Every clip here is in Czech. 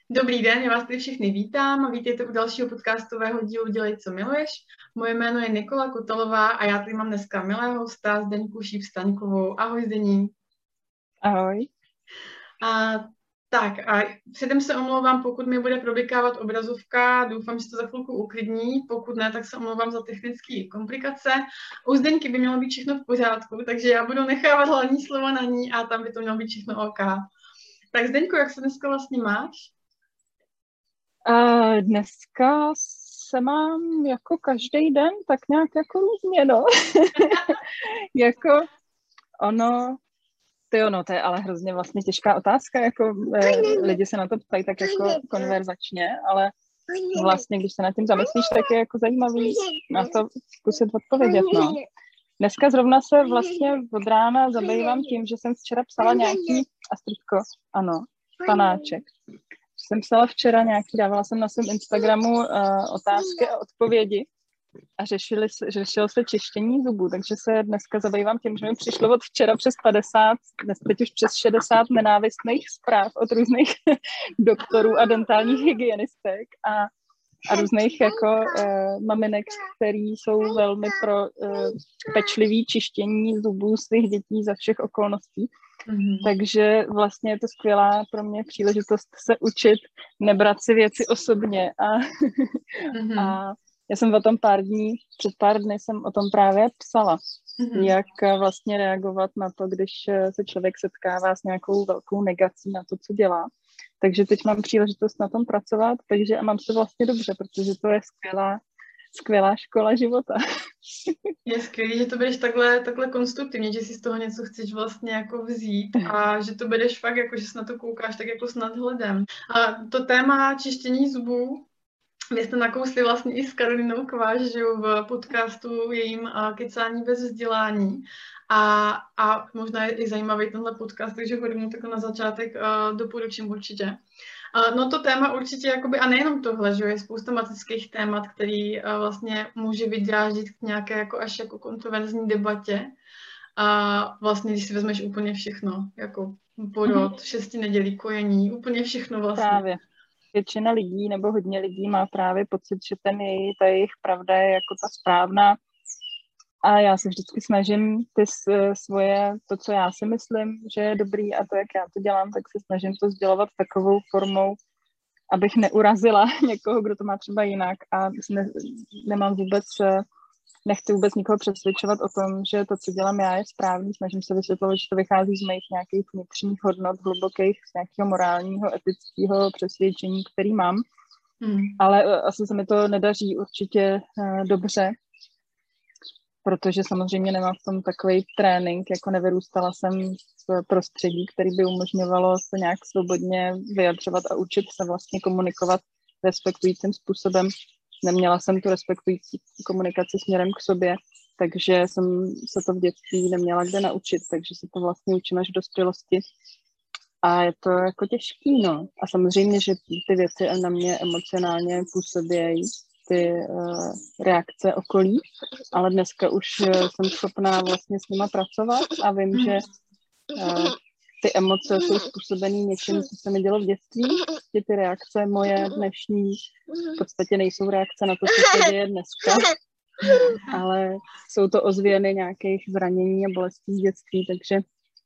Dobrý den, já vás tady všechny vítám. Vítejte u dalšího podcastového dílu Dělej, co miluješ. Moje jméno je Nikola Kotalová a já tady mám dneska milého hosta Zdeňku Šíp-Staňkovou. Ahoj Zdení. Ahoj. A předem se omlouvám, pokud mi bude problikávat obrazovka, doufám, že to za chvilku uklidní, pokud ne, tak se omlouvám za technické komplikace. U Zdeňky by mělo být všechno v pořádku, takže já budu nechávat hlavní slovo na ní a tam by to mělo být všechno OK. Tak Zdeňku, jak se dneska vlastně máš? Dneska se mám jako každý den, tak nějak jako různě, no. Jako ono, to je ale hrozně vlastně těžká otázka, jako lidi se na to ptají tak jako konverzačně, ale vlastně, když se nad tím zamyslíš, tak je jako zajímavý na to zkusit odpovědět, no. Dneska zrovna se vlastně od rána zabývám tím, že jsem včera psala nějaký, Astridko, ano, panáček. Jsem psala včera dávala jsem na svém Instagramu otázky a odpovědi a řešilo se čištění zubů, takže se dneska zabývám tím, že mi přišlo od včera přes 50, teď už přes 60 nenávistných zpráv od různých doktorů a dentálních hygienistek a různých jako maminek, který jsou velmi pro pečlivý čištění zubů svých dětí za všech okolností. Takže vlastně je to skvělá pro mě příležitost se učit, nebrat si věci osobně a já jsem o tom před pár dny jsem o tom právě psala, jak vlastně reagovat na to, když se člověk setkává s nějakou velkou negací na to, co dělá. Takže teď mám příležitost na tom pracovat, a mám se vlastně dobře, protože to je skvělá škola života. Je skvělý, že to budeš takhle konstruktivně, že si z toho něco chceš vlastně jako vzít a že to budeš fakt jako, že se na to koukáš tak jako s nadhledem. A to téma čištění zubů, vy jste nakousli vlastně i s Karolinou Kváš, že jo, v podcastu jejím Kecání bez vzdělání. A možná je i zajímavý tenhle podcast, takže ho mu takhle na začátek doporučím určitě. No to téma určitě, jakoby, a nejenom tohle, že je spousta matických témat, který vlastně může vydráždit k nějaké jako až jako kontroverzní debatě. A vlastně, když si vezmeš úplně všechno, jako porod, 6 nedělí, kojení, úplně všechno vlastně. Právě. Většina lidí nebo hodně lidí má právě pocit, že ta jejich pravda je jako ta správná. A já se vždycky snažím to, co já si myslím, že je dobrý a to, jak já to dělám, tak se snažím to sdělovat takovou formou, abych neurazila někoho, kdo to má třeba jinak a nechci vůbec nikoho přesvědčovat o tom, že to, co dělám já, je správný. Snažím se vysvětlovat, že to vychází z mých nějakých vnitřních hodnot, hlubokých, z nějakého morálního, etického přesvědčení, který mám. Ale asi se mi to nedaří určitě dobře, protože samozřejmě nemám v tom takový trénink, jako nevyrůstala jsem v prostředí, který by umožňovalo se nějak svobodně vyjadřovat a učit se vlastně komunikovat respektujícím způsobem. Neměla jsem tu respektující komunikaci směrem k sobě, takže jsem se to v dětství neměla kde naučit, takže se to vlastně učím až v dospělosti. A je to jako těžký, no. A samozřejmě, že ty věci na mě emocionálně působí, ty reakce okolí, ale dneska už jsem schopná vlastně s nima pracovat a vím, že ty emoce jsou způsobené něčím, co se mi dělo v dětství. Ty reakce moje dnešní v podstatě nejsou reakce na to, co se děje dneska, ale jsou to ozvěny nějakých zranění a bolestí z dětství, takže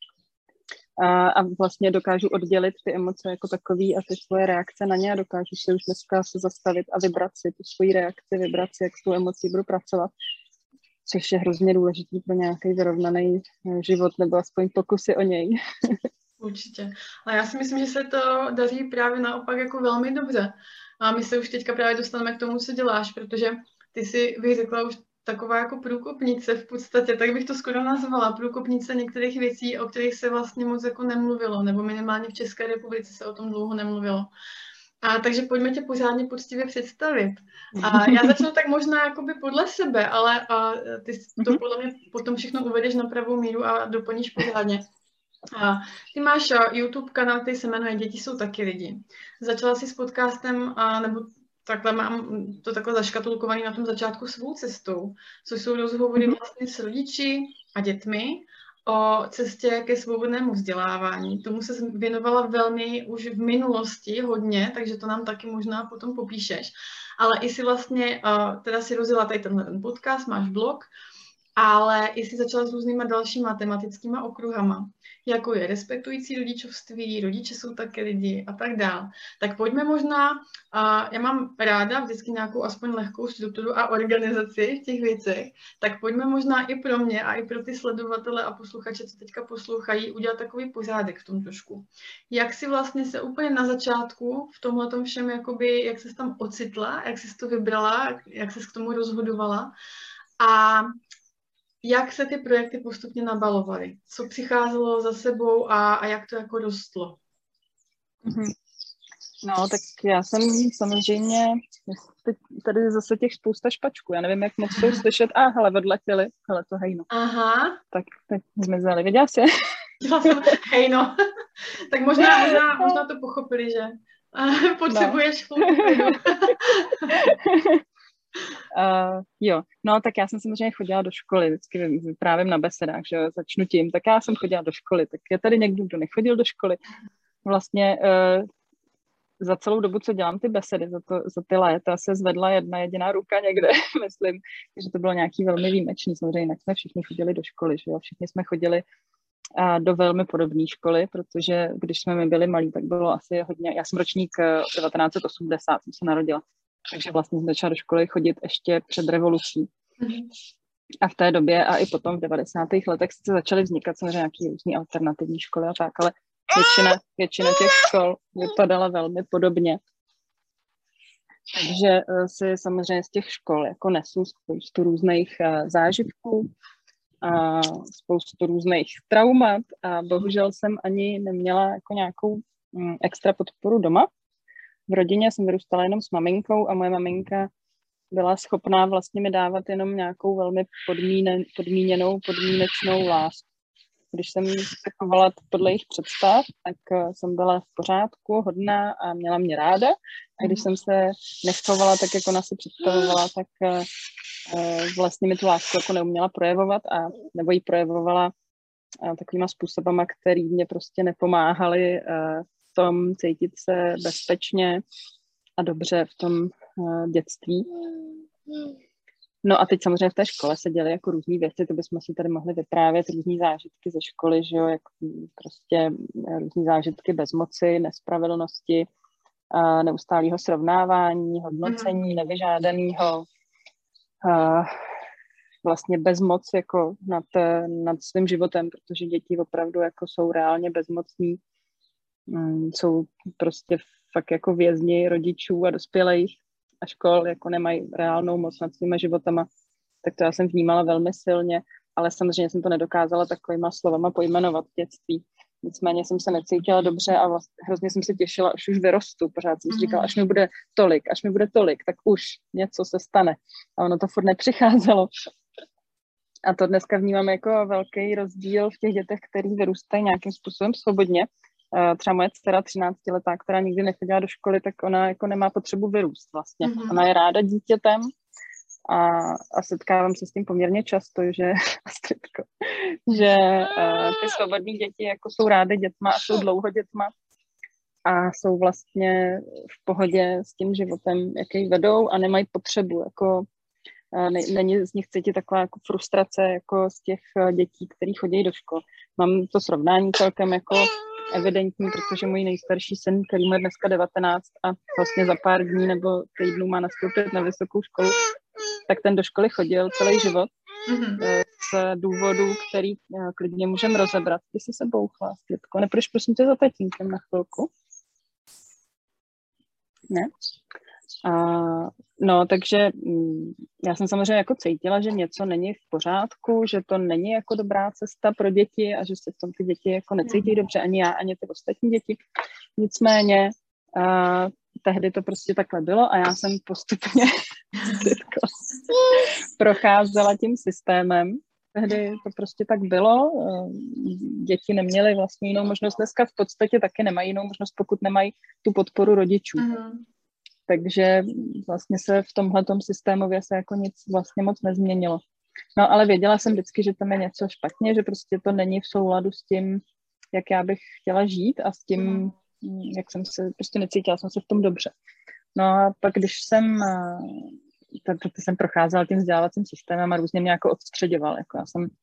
a vlastně dokážu oddělit ty emoce jako takový a ty svoje reakce na ně a dokážu se už dneska se zastavit a vybrat si tu svoji reakci, vybrat si, jak s tou emocí budu pracovat, což je hrozně důležitý pro nějaký vyrovnaný život nebo aspoň pokusy o něj. Určitě. Ale já si myslím, že se to daří právě naopak jako velmi dobře. A my se už teďka právě dostaneme k tomu, co děláš, protože ty si, bych řekla, už taková jako průkopnice v podstatě, tak bych to skoro nazvala, průkopnice některých věcí, o kterých se vlastně moc jako nemluvilo, nebo minimálně v České republice se o tom dlouho nemluvilo. Takže pojďme tě pořádně poctivě představit. Já začnu tak možná jakoby podle sebe, ale ty to podle mě potom všechno uvedeš na pravou míru a doplníš pořádně. Ty máš YouTube kanál, který se jmenuje Děti jsou taky lidi. Začala jsi s podcastem, nebo takhle mám to takhle zaškatulkovaný na tom začátku svou cestou, což jsou rozhovory vlastně s rodiči a dětmi o cestě ke svobodnému vzdělávání. Tomu se věnovala velmi už v minulosti hodně, takže to nám taky možná potom popíšeš. Ale i si vlastně, teda si rozjela tady ten podcast, máš blog, ale i si začala s různýma dalšíma tematickýma okruhama, jako je respektující rodičovství, rodiče jsou také lidi a tak dál. Tak pojďme možná, já mám ráda vždycky nějakou aspoň lehkou strukturu a organizaci v těch věcech, tak pojďme možná i pro mě a i pro ty sledovatele a posluchače, co teďka poslouchají, udělat takový pořádek v tom trošku. Jak si vlastně se úplně na začátku v tomhletom všem, jakoby, jak ses tam ocitla, jak jsi to vybrala, jak ses k tomu rozhodovala a jak se ty projekty postupně nabalovaly? Co přicházelo za sebou a jak to jako rostlo? No, tak já jsem samozřejmě, teď tady zase těch spousta špačků, já nevím, jak moc jsou slyšet, hele, odletěli, hele, to hejno. Aha. Tak teď zmizeli, viděla jsi? Viděla jsem hejno. Tak možná to pochopili, že potřebuješ chvilku. Jo, no tak já jsem samozřejmě chodila do školy, vždycky vyprávím na besedách, že jo, začnu tím, tak já jsem chodila do školy, tak je tady někdo, kdo nechodil do školy. Vlastně za celou dobu, co dělám ty besedy, za ty léta se zvedla jedna jediná ruka někde, myslím, že to bylo nějaký velmi výjimečný, samozřejmě jinak jsme všichni chodili do školy, že jo, všichni jsme chodili do velmi podobné školy, protože když jsme my byli malí, tak bylo asi hodně, já jsem ročník 1980, jsem se narodila. Takže vlastně jsem začala do školy chodit ještě před revolucí. A v té době a i potom v 90. letech se začaly vznikat samozřejmě nějaké různé alternativní školy a tak, ale většina těch škol vypadala velmi podobně. Takže si samozřejmě z těch škol jako nesu spoustu různých zážitků a spoustu různých traumat a bohužel jsem ani neměla jako nějakou extra podporu doma. V rodině jsem vyrůstala jenom s maminkou a moje maminka byla schopná vlastně mi dávat jenom nějakou velmi podmínečnou lásku. Když jsem se chovala podle jejich představ, tak jsem byla v pořádku, hodná a měla mě ráda. A když jsem se nechovala tak, jak ona si představovala, tak vlastně mi tu lásku jako neuměla projevovat nebo ji projevovala takovýma způsobama, který mě prostě nepomáhaly v tom cítit se bezpečně a dobře v tom dětství. No a teď samozřejmě v té škole se děly jako různý věci, to bychom si tady mohli vyprávět, různý zážitky ze školy, že jo, jak prostě různý zážitky bezmoci, nespravedlnosti, neustálého srovnávání, hodnocení nevyžádaného, vlastně bezmoc jako nad svým životem, protože děti opravdu jako jsou reálně bezmocní, jsou prostě fakt jako vězni rodičů a dospělých a škol, jako nemají reálnou moc nad svýma životama, tak to já jsem vnímala velmi silně, ale samozřejmě jsem to nedokázala takovýma slovama pojmenovat v dětství. Nicméně jsem se necítila dobře a vlastně hrozně jsem se těšila, až už vyrostu. Pořád jsem si říkala, až mi bude tolik, tak už něco se stane. A ono to furt nepřicházelo. A to dneska vnímám jako velký rozdíl v těch dětech, který vyrůstají nějakým způsobem svobodně. Třeba moje dcera 13letá, která nikdy nechodila do školy, tak ona jako nemá potřebu vyrůst vlastně. Ona je ráda dítětem a setkávám se s tím poměrně často, že ty svobodné děti jako jsou rády dětma a jsou dlouho dětma a jsou vlastně v pohodě s tím životem, jaký vedou a nemají potřebu, jako není z nich cítit taková jako frustrace jako z těch dětí, který chodí do škol. Mám to srovnání celkem jako evidentní, protože můj nejstarší syn, který má dneska 19 a vlastně za pár dní nebo týdnů má nastoupit na vysokou školu, tak ten do školy chodil celý život z důvodů, který klidně můžeme rozebrat. Ty jsi se bouchla, Světko. Nepůjdeš prosím tě za tatínkem na chvilku? Ne? No, takže já jsem samozřejmě jako cítila, že něco není v pořádku, že to není jako dobrá cesta pro děti a že se v tom ty děti jako necítí dobře, ani já, ani ty ostatní děti. Nicméně tehdy to prostě takhle bylo a já jsem postupně procházela tím systémem. Tehdy to prostě tak bylo. Děti neměly vlastně jinou možnost. Dneska v podstatě taky nemají jinou možnost, pokud nemají tu podporu rodičů. Takže vlastně se v tomhletom systémově se jako nic vlastně moc nezměnilo. No ale věděla jsem vždycky, že tam je něco špatně, že prostě to není v souladu s tím, jak já bych chtěla žít a s tím, jak jsem se, prostě necítila jsem se v tom dobře. No a pak, když jsem procházela tím vzdělávacím systémem a různě mě jako odstředěval, jako já jsem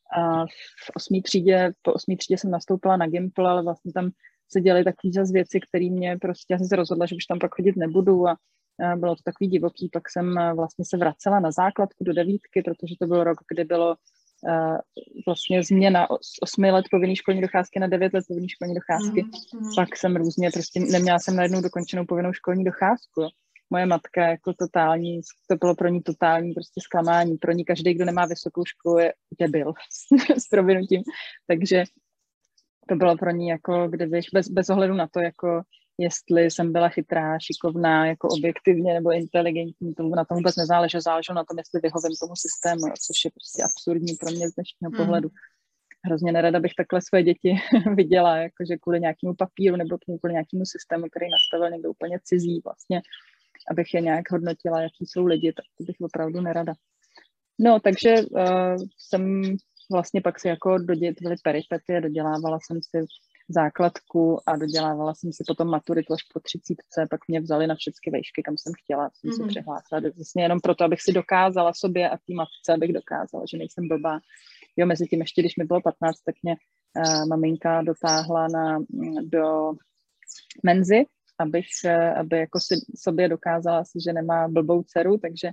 po 8. třídě jsem nastoupila na Gimpl, ale vlastně tam se děly takový zase věci, které mě prostě, já jsem se rozhodla, že už tam pak chodit nebudu a bylo to takový divoký, pak jsem vlastně se vracela na základku do 9, protože to byl rok, kdy bylo vlastně změna z 8 let povinné školní docházky na 9 let povinné školní docházky. Pak jsem různě prostě, neměla jsem najednou dokončenou povinnou školní docházku. Moje matka jako totální, to bylo pro ní totální prostě zklamání. Pro ní každý, kdo nemá vysokou školu, je debil s provinutím. Takže to bylo pro ní jako, kdybych bez ohledu na to, jako jestli jsem byla chytrá, šikovná, jako objektivně nebo inteligentní, tomu na tom vůbec nezáleželo, záleželo na tom, jestli vyhovím tomu systému, což je prostě absurdní pro mě z dnešního pohledu. Hrozně nerada bych takhle svoje děti viděla, jakože kvůli nějakému papíru nebo kvůli nějakému systému, který nastavil někdo úplně cizí vlastně, abych je nějak hodnotila, jaký jsou lidi, tak to bych opravdu nerada. No, takže jsem vlastně pak si jako byly peripety, dodělávala jsem si základku a dodělávala jsem si potom maturitu až po 30, pak mě vzali na všechny vejšky, kam jsem chtěla, jsem se přihlásila vlastně jenom proto, abych si dokázala sobě a té matce, abych dokázala, že nejsem blbá. Jo, mezi tím ještě, když mi bylo 15, tak mě maminka dotáhla do Menzy, aby jako si sobě dokázala si, že nemá blbou dceru, takže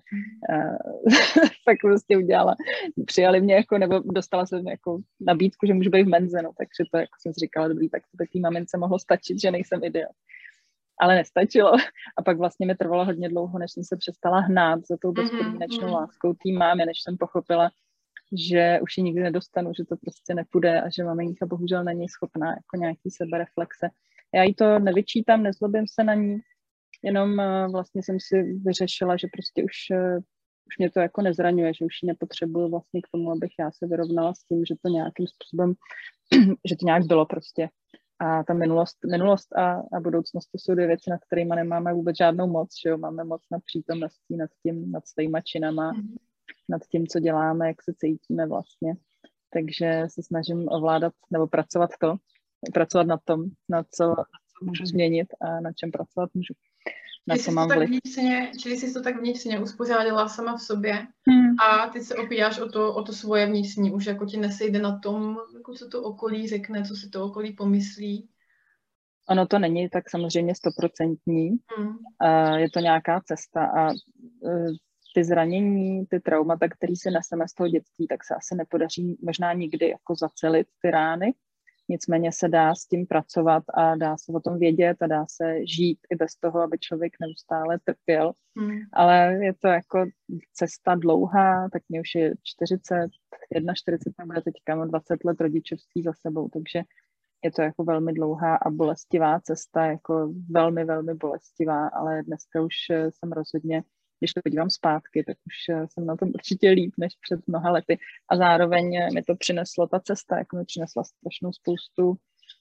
tak prostě přijali mě jako, nebo dostala jsem jako nabídku, že můžu být v Menze, no, takže to jako jsem si říkala, dobrý, tak to by té mamince mohlo stačit, že nejsem idiot. Ale nestačilo a pak vlastně mi trvalo hodně dlouho, než jsem se přestala hnát za tou bezpodmínečnou láskou té mámy, než jsem pochopila, že už ji nikdy nedostanu, že to prostě nepůjde a že maminka bohužel není schopná jako nějaký sebereflexe. Já jí to nevyčítám, nezlobím se na ní, jenom vlastně jsem si vyřešila, že prostě už mě to jako nezraňuje, že už ji nepotřebuju vlastně k tomu, abych já se vyrovnala s tím, že to nějakým způsobem, že to nějak bylo prostě. A ta minulost a budoucnost, to jsou dvě věci, nad kterými nemáme vůbec žádnou moc, že jo? Máme moc nad přítomností, nad svýma činama, nad tím, co děláme, jak se cítíme vlastně. Takže se snažím ovládat nebo pracovat na tom, na co můžu změnit a na čem pracovat můžu. Na co mám vliv. Čili jsi to tak vnitřně uspořádala sama v sobě a ty se opíráš o to svoje vnitřní, už jako ti nesejde na tom, jako co to okolí řekne, co si to okolí pomyslí. Ono to není tak samozřejmě 100%. Je to nějaká cesta a ty zranění, ty traumata, které si neseme z toho dětství, tak se asi nepodaří možná nikdy jako zacelit ty rány. Nicméně se dá s tím pracovat a dá se o tom vědět a dá se žít i bez toho, aby člověk neustále trpěl. Ale je to jako cesta dlouhá, tak mě už je 41 nebude teďka, mám 20 let rodičovství za sebou, takže je to jako velmi dlouhá a bolestivá cesta, jako velmi, velmi bolestivá, ale dneska už jsem rozhodně, když to podívám zpátky, tak už jsem na tom určitě líp než před mnoha lety. A zároveň mi to přineslo ta cesta, jako mi přinesla strašnou spoustu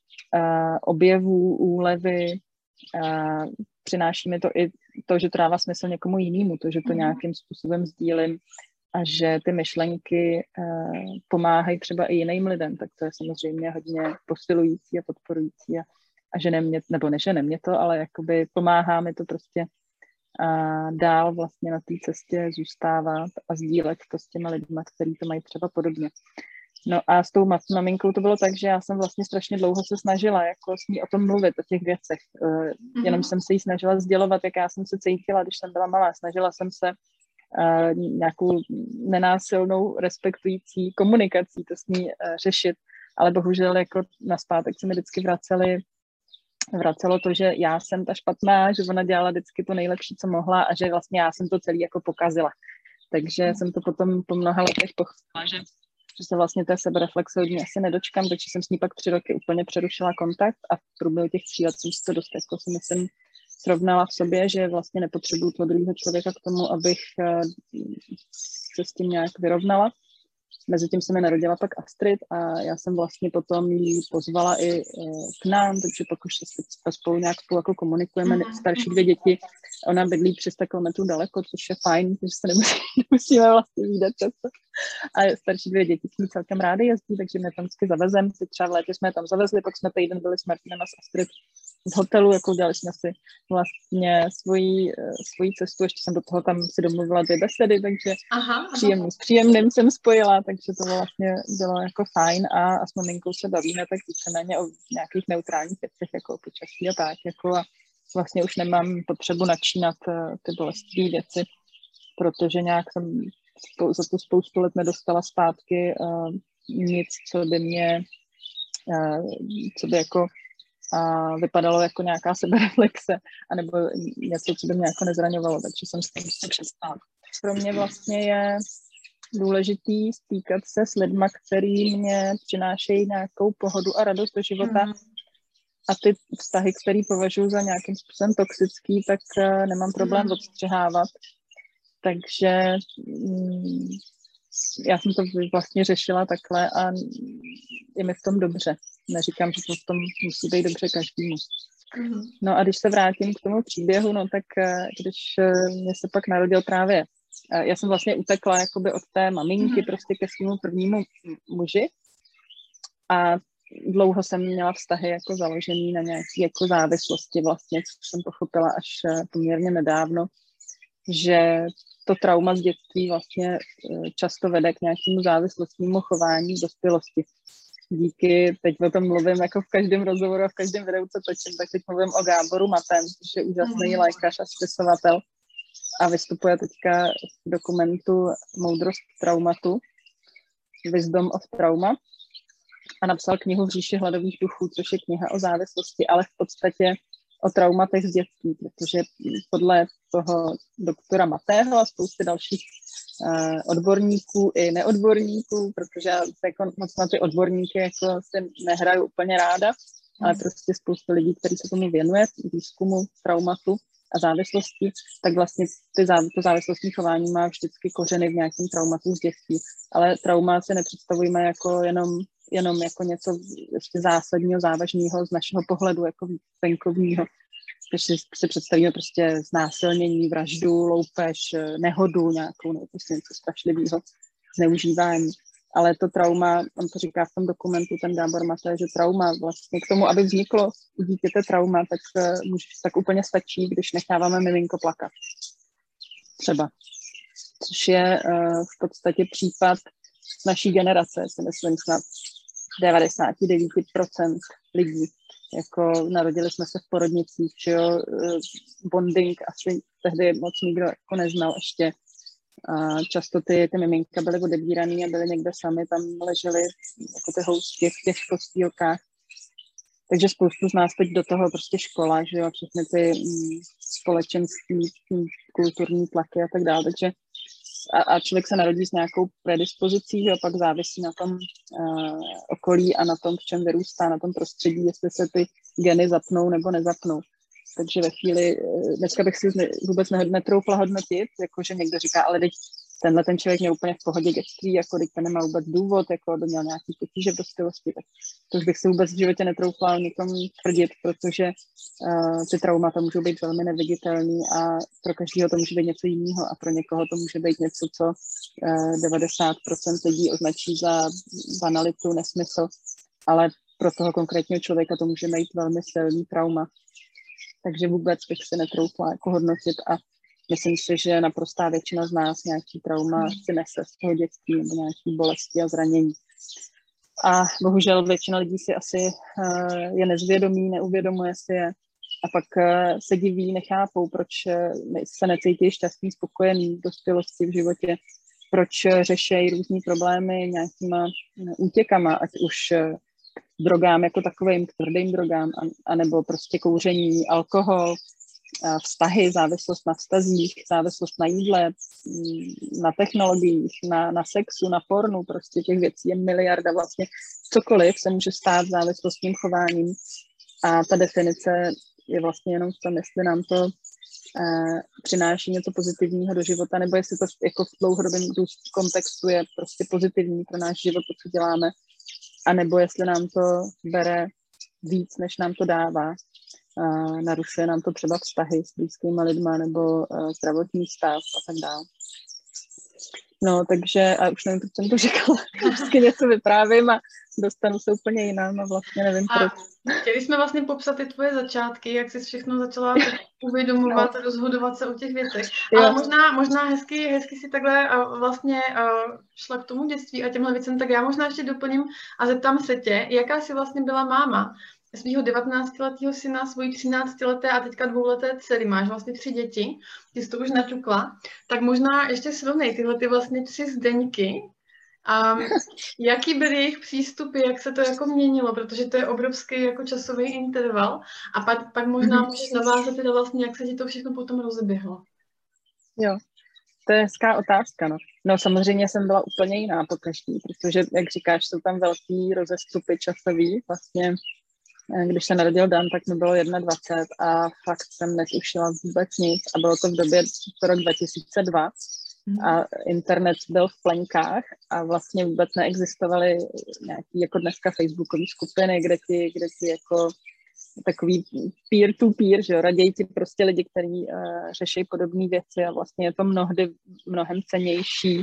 objevů, úlevy. Přináší mi to i to, že to dává smysl někomu jinému, to, že to nějakým způsobem sdílím a že ty myšlenky pomáhají třeba i jiným lidem, tak to je samozřejmě hodně posilující a podporující a žene mě, nebo nežene mě to, ale jakoby pomáhá mi to prostě dál vlastně na té cestě zůstávat a sdílet to s těma lidma, kteří to mají třeba podobně. No a s tou maminkou to bylo tak, že já jsem vlastně strašně dlouho se snažila jako s ní o tom mluvit, o těch věcech. Jenom jsem se jí snažila sdělovat, jak já jsem se cítila, když jsem byla malá. Snažila jsem se nějakou nenásilnou, respektující komunikací to s ní řešit, ale bohužel jako naspátek se mi vždycky vracelo to, že já jsem ta špatná, že ona dělala vždycky to nejlepší, co mohla a že vlastně já jsem to celý jako pokazila. Takže jsem to potom po mnoha letech pochopila, že se vlastně té sebereflexe od ní asi nedočkám, takže jsem s ní pak 3 roky úplně přerušila kontakt a v průběhu těch 3 let jsem si to dost jako si myslím srovnala v sobě, že vlastně nepotřebuju toho druhého člověka k tomu, abych se s tím nějak vyrovnala. Mezitím se mi narodila pak Astrid a já jsem vlastně potom ji pozvala i k nám, takže pak už spolu nějak jako komunikujeme, starší 2 děti. Ona bydlí 300 kilometrů daleko, což je fajn, že se nemusíme vlastně vidět často. A starší 2 děti s ní celkem rády jezdí, takže mě tam vždycky zavezem. Třeba v létě jsme je tam zavezli, pak jsme týden byli s Martinem a s Astrid z hotelu, jako udělali jsme si vlastně svoji cestu, ještě jsem do toho tam si domluvila 2 besedy, takže příjemný s příjemným jsem spojila, takže to vlastně bylo jako fajn a s maminkou se bavíme tak víceméně o nějakých neutrálních věcech, jako o počasí a tak, jako a vlastně už nemám potřebu načínat ty bolestivé věci, protože nějak jsem za tu spoustu let nedostala zpátky nic, co by jako vypadalo jako nějaká sebereflexe, anebo něco, co by mě jako nezraňovalo, takže jsem s tím přestala. Pro mě vlastně je důležitý stýkat se s lidma, který mě přinášejí nějakou pohodu a radost do života a ty vztahy, které považuji za nějakým způsobem toxický, tak nemám problém odstřihávat. Takže já jsem to vlastně řešila takhle a je mi v tom dobře. Neříkám, že to v tom musí být dobře každému. No a když se vrátím k tomu příběhu, no tak když mě se pak narodil právě, já jsem vlastně utekla jakoby od té maminky prostě ke svému prvnímu muži a dlouho jsem měla vztahy jako založený na nějaké jako závislosti vlastně, což jsem pochopila až poměrně nedávno, že to trauma z dětství vlastně často vede k nějakému závislostnímu chování v dospělosti. Díky, teď o tom mluvím jako v každém rozhovoru a v každém videu, co točím, tak teď mluvím o Gáboru Matem, což je úžasný lékař a spisovatel a vystupuje teďka v dokumentu Moudrost traumatu, Wisdom of Trauma, a napsal knihu V říši hladových duchů, což je kniha o závislosti, ale v podstatě o traumatech z dětství, protože podle toho doktora Matého a spousty dalších odborníků i neodborníků, protože já jako moc na ty odborníky jako si nehraju úplně ráda, ale prostě spoustu lidí, kteří se tomu věnuje, výzkumu, traumatu a závislosti, tak vlastně to závislostní chování má vždycky kořeny v nějakém traumatu z dětství. Ale trauma si nepředstavujeme jako jenom jako něco ještě zásadního, závažného z našeho pohledu, jako venkovního. Když si představíme prostě znásilnění, vraždu, loupež, nehodu nějakou, nebo prostě něco strašlivého, zneužívání. Ale to trauma, on to říká v tom dokumentu, ten Gábor Mate, že trauma vlastně k tomu, aby vzniklo u dítěte trauma, tak úplně stačí, když necháváme miminko plakat. Třeba. Což je v podstatě případ naší generace, si myslím snad 99% lidí. Jako narodili jsme se v porodnicích, že jo, bonding asi tehdy moc nikdo jako neznal ještě. A často ty miminka byly odebíraný a byly někde sami, tam ležely jako ty housky v těch postýlkách. Takže spoustu z nás teď do toho prostě škola, že jo, všechny ty společenský, kulturní tlaky a tak dále. Takže a člověk se narodí s nějakou predispozicí, že pak závisí na tom okolí a na tom, v čem vyrůstá, na tom prostředí, jestli se ty geny zapnou nebo nezapnou. Takže ve chvíli, dneska bych si vůbec netroufla hodnotit, jakože někdo říká, ale teď tenhle ten člověk měl úplně v pohodě dětství, jako teď to nemá vůbec důvod, jako by měl nějaký potíže v dospělosti, tak to už bych si vůbec v životě netroufla nikomu tvrdit, protože ty traumata můžou být velmi neviditelný a pro každého to může být něco jiného a pro někoho to může být něco, co 90% lidí označí za banalitu, nesmysl, ale pro toho konkrétního člověka to může být velmi silný trauma. Takže vůbec bych se netroufla jako hodnotit a myslím si, že naprostá většina z nás nějaký trauma si nese z toho dětství nebo nějaký bolesti a zranění. A bohužel většina lidí si asi je nezvědomí, neuvědomuje si je a pak se diví, nechápou, proč se necítí šťastný, spokojený v dospělosti v životě, proč řeší různý problémy nějakýma útěkama, ať už drogám jako takovým, k tvrdým drogám, anebo prostě kouření, alkohol, vztahy, závislost na vztazích, závislost na jídle, na technologiích, na sexu, na pornu, prostě těch věcí je miliarda vlastně. Cokoliv se může stát závislostním chováním a ta definice je vlastně jenom v tom, jestli nám to přináší něco pozitivního do života, nebo jestli to jako v dlouhodobém kontextu je prostě pozitivní pro náš život, to, co děláme, anebo jestli nám to bere víc, než nám to dává. Narušuje nám to třeba vztahy s blízkými lidma nebo zdravotní stav a tak dále. No, takže, a už nevím, proč jsem to říkala, vždycky něco vyprávím a dostanu se úplně jinam a vlastně nevím proč. Chtěli jsme vlastně popsat ty tvoje začátky, jak jsi všechno začala uvědomovat a rozhodovat se o těch věcech. Jo. Ale možná hezky si takhle vlastně šla k tomu dětství a těmhle věcem, tak já možná ještě doplním a zeptám se tě, jaká jsi vlastně byla máma svýho 19letého syna, svojí 13leté a teďka 2leté dcery. Máš vlastně 3 děti, ty jsi to už naťukla. Tak možná ještě srovnej tyhle ty vlastně 3 Zdeňky. Jaký byly jejich přístupy, jak se to jako měnilo, protože to je obrovský jako časový interval a pak možná můžeš navázat teda vlastně, jak se ti to všechno potom rozeběhlo. Jo, to je hezká otázka, no. No samozřejmě jsem byla úplně jiná po každý, protože, jak říkáš, jsou tam velký rozestupy časový. Vlastně, když se narodil Dan, tak mi bylo 21 a fakt jsem netušila vůbec nic a bylo to v době rok 2002. A internet byl v plenkách a vlastně vůbec neexistovaly nějaký jako dneska facebookové skupiny, kde ti jako takový peer-to-peer, že jo, raději ti prostě lidi, kteří řeší podobné věci a vlastně je to mnohem cennější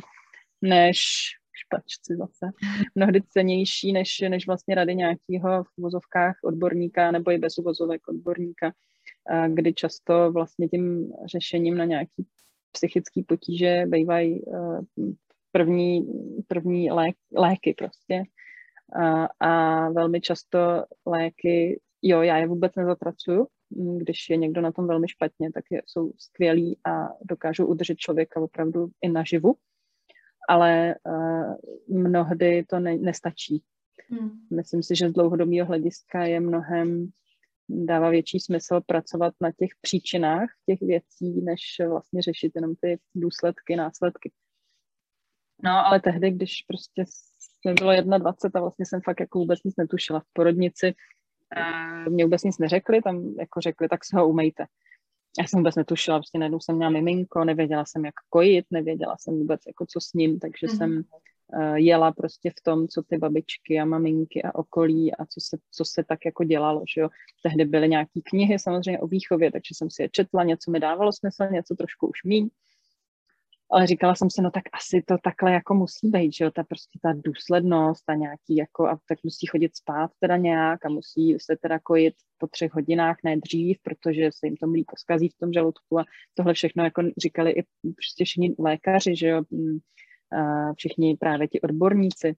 než vlastně rady nějakého v uvozovkách odborníka nebo i bez uvozovek odborníka, kdy často vlastně tím řešením na nějaký psychické potíže bývají první léky prostě. A velmi často léky, jo, já je vůbec nezatracuju, když je někdo na tom velmi špatně, tak jsou skvělí a dokážou udržet člověka opravdu i naživu, ale mnohdy to nestačí. Myslím si, že z dlouhodobého hlediska je dává větší smysl pracovat na těch příčinách těch věcí, než vlastně řešit jenom ty důsledky, následky. No, ale tehdy, když prostě mi bylo 21 a vlastně jsem fakt jako vůbec nic netušila v porodnici, mě vůbec nic neřekli, tam jako řekli, tak se ho umejte. Já jsem vůbec netušila, prostě najednou jsem měla miminko, nevěděla jsem, jak kojit, nevěděla jsem vůbec, jako co s ním, takže jsem jela prostě v tom, co ty babičky a maminky a okolí a co se tak jako dělalo, že jo. Tehdy byly nějaký knihy samozřejmě o výchově, takže jsem si je četla, něco mi dávalo smysl, něco trošku už míň. Ale říkala jsem si, no tak asi to takhle jako musí být, že jo, ta důslednost a nějaký jako, a tak musí chodit spát teda nějak a musí se teda kojit po 3 hodinách, ne dřív, protože se jim to mlíko zkazí v tom žaludku a tohle všechno jako říkali i prostě všichni lékaři, že jo, všichni právě ti odborníci.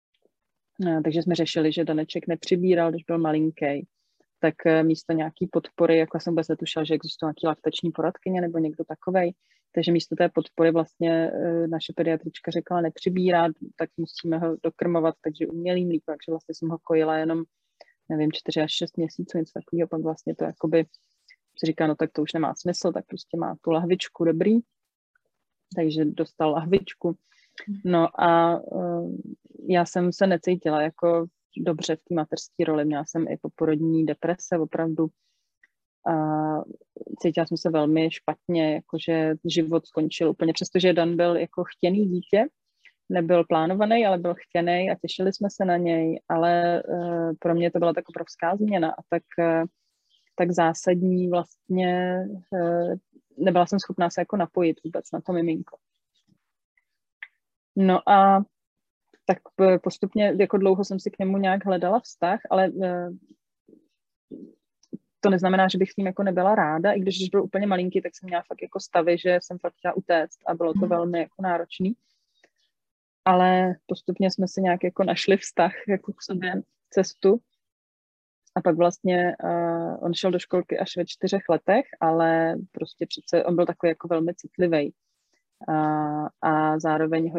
Takže jsme řešili, že Daneček nepřibíral, když byl malinký, tak místo nějaký podpory, jako jsem vůbec netušila, že existuje nějaký laktační poradkyně nebo někdo takovej, takže místo té podpory vlastně naše pediatrička řekla nepřibírat, tak musíme ho dokrmovat, takže umělý mlíko, takže vlastně jsem ho kojila jenom, nevím, 4 až 6 měsíců, něco takového, pak vlastně to jakoby si říká, no tak to už nemá smysl, tak prostě má tu lahvičku, dobrý, takže dostal lahvičku. No a já jsem se necítila jako dobře v té mateřské roli, měla jsem i poporodní deprese opravdu a cítila jsem se velmi špatně, jakože život skončil úplně, přestože Dan byl jako chtěný dítě, nebyl plánovaný, ale byl chtěný a těšili jsme se na něj, ale pro mě to byla tak obrovská změna a tak zásadní vlastně, nebyla jsem schopná se jako napojit vůbec na to miminko. No a tak postupně, jako dlouho jsem si k němu nějak hledala vztah, ale to neznamená, že bych s ním jako nebyla ráda, i když byl úplně malinký, tak jsem měla fakt jako stavy, že jsem fakt chtěla utéct a bylo to velmi jako náročný. Ale postupně jsme si nějak jako našli vztah jako k sobě, cestu. A pak vlastně on šel do školky až ve 4 letech, ale prostě přece on byl takový jako velmi citlivý. A zároveň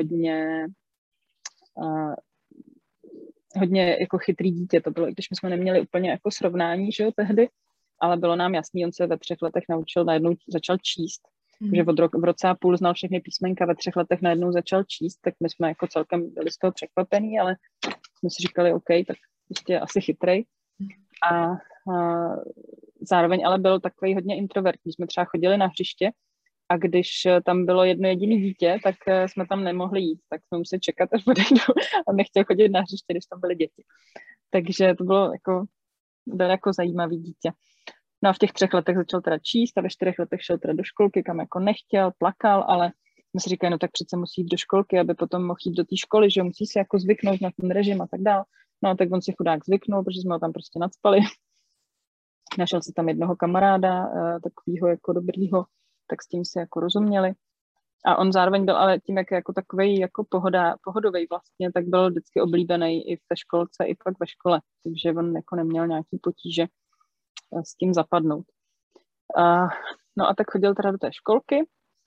hodně jako chytrý dítě to bylo, i když my jsme neměli úplně jako srovnání, že jo, tehdy, ale bylo nám jasný, on se ve 3 letech naučil, najednou začal číst, takže v roce a půl znal všechny písmenka, ve 3 letech najednou začal číst, tak my jsme jako celkem byli z toho překvapení, ale jsme si říkali, OK, tak prostě asi chytrej. A zároveň ale byl takový hodně introvertní. Jsme třeba chodili na hřiště a když tam bylo jedno jediné dítě, tak jsme tam nemohli jít, tak jsme museli čekat, až odejdou a nechtěl chodit na hřiště, když tam byly děti. Takže to bylo jako zajímavý dítě. No a v těch 3 letech začal teda číst a ve 4 letech šel teda do školky, kam jako nechtěl, plakal, ale jsme si říkali, no tak přece musí jít do školky, aby potom mohl jít do té školy, že musí si jako zvyknout na ten režim a tak dál. No tak on si chudák zvyknul, protože jsme ho tam prostě nacpali. Našel si tam jednoho kamaráda, takovýho jako dobrýho, tak s tím si jako rozuměli. A on zároveň byl ale tím, jak je jako takovej jako pohodovej vlastně, tak byl vždycky oblíbený i v té školce, i pak ve škole. Takže on jako neměl nějaký potíže s tím zapadnout. No a tak chodil teda do té školky.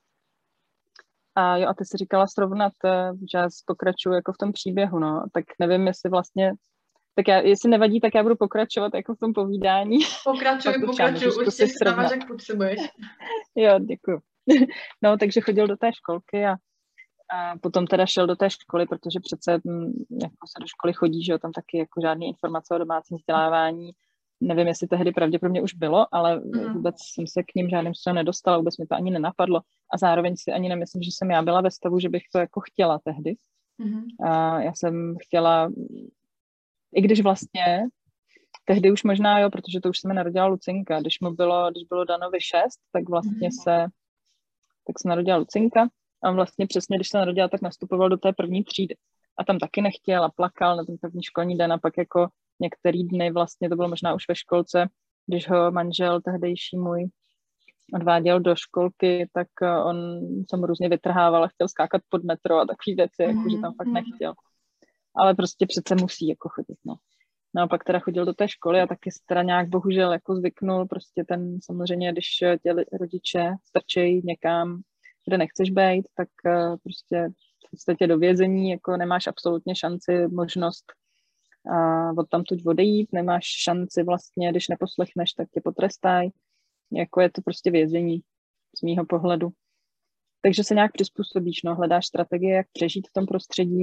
A ty si říkala srovnat, že já pokračuju jako v tom příběhu, no. Tak nevím, jestli vlastně, jestli nevadí, tak já budu pokračovat jako v tom povídání. Pokračuj, určitě stáváš, jak potřebuješ. Jo, děkuju. No, takže chodil do té školky a potom teda šel do té školy, protože přece jako se do školy chodí, že jo, tam taky jako žádné informace o domácím vzdělávání. Nevím, jestli tehdy pravděpodobně už bylo, ale vůbec jsem se k ním žádným způsobem nedostala, vůbec mi to ani nenapadlo. A zároveň si ani nemyslím, že jsem já byla ve stavu, že bych to jako chtěla tehdy. A já jsem chtěla, i když vlastně tehdy už možná jo, protože to už se mi narodila Lucinka. Když bylo Danovi 6, tak vlastně se narodila Lucinka. A on vlastně přesně, když se narodila, tak nastupoval do té první třídy. A tam taky nechtěl a plakal na ten první školní den a pak jako některý dny vlastně, to bylo možná už ve školce, když ho manžel tehdejší můj odváděl do školky, tak on se mu různě vytrhával a chtěl skákat pod metro a takový věci, jako že tam fakt nechtěl. Ale prostě přece musí jako chodit, no. No a pak teda chodil do té školy a taky se teda nějak bohužel jako zvyknul, prostě ten samozřejmě, když tě rodiče strčejí někam, kde nechceš být, tak prostě v podstatě do vězení, jako nemáš absolutně šanci, možnost odtamtud odejít, nemáš šanci vlastně, když neposlechneš, tak tě potrestají. Jako je to prostě vězení z mýho pohledu. Takže se nějak přizpůsobíš, no, hledáš strategie, jak přežít v tom prostředí,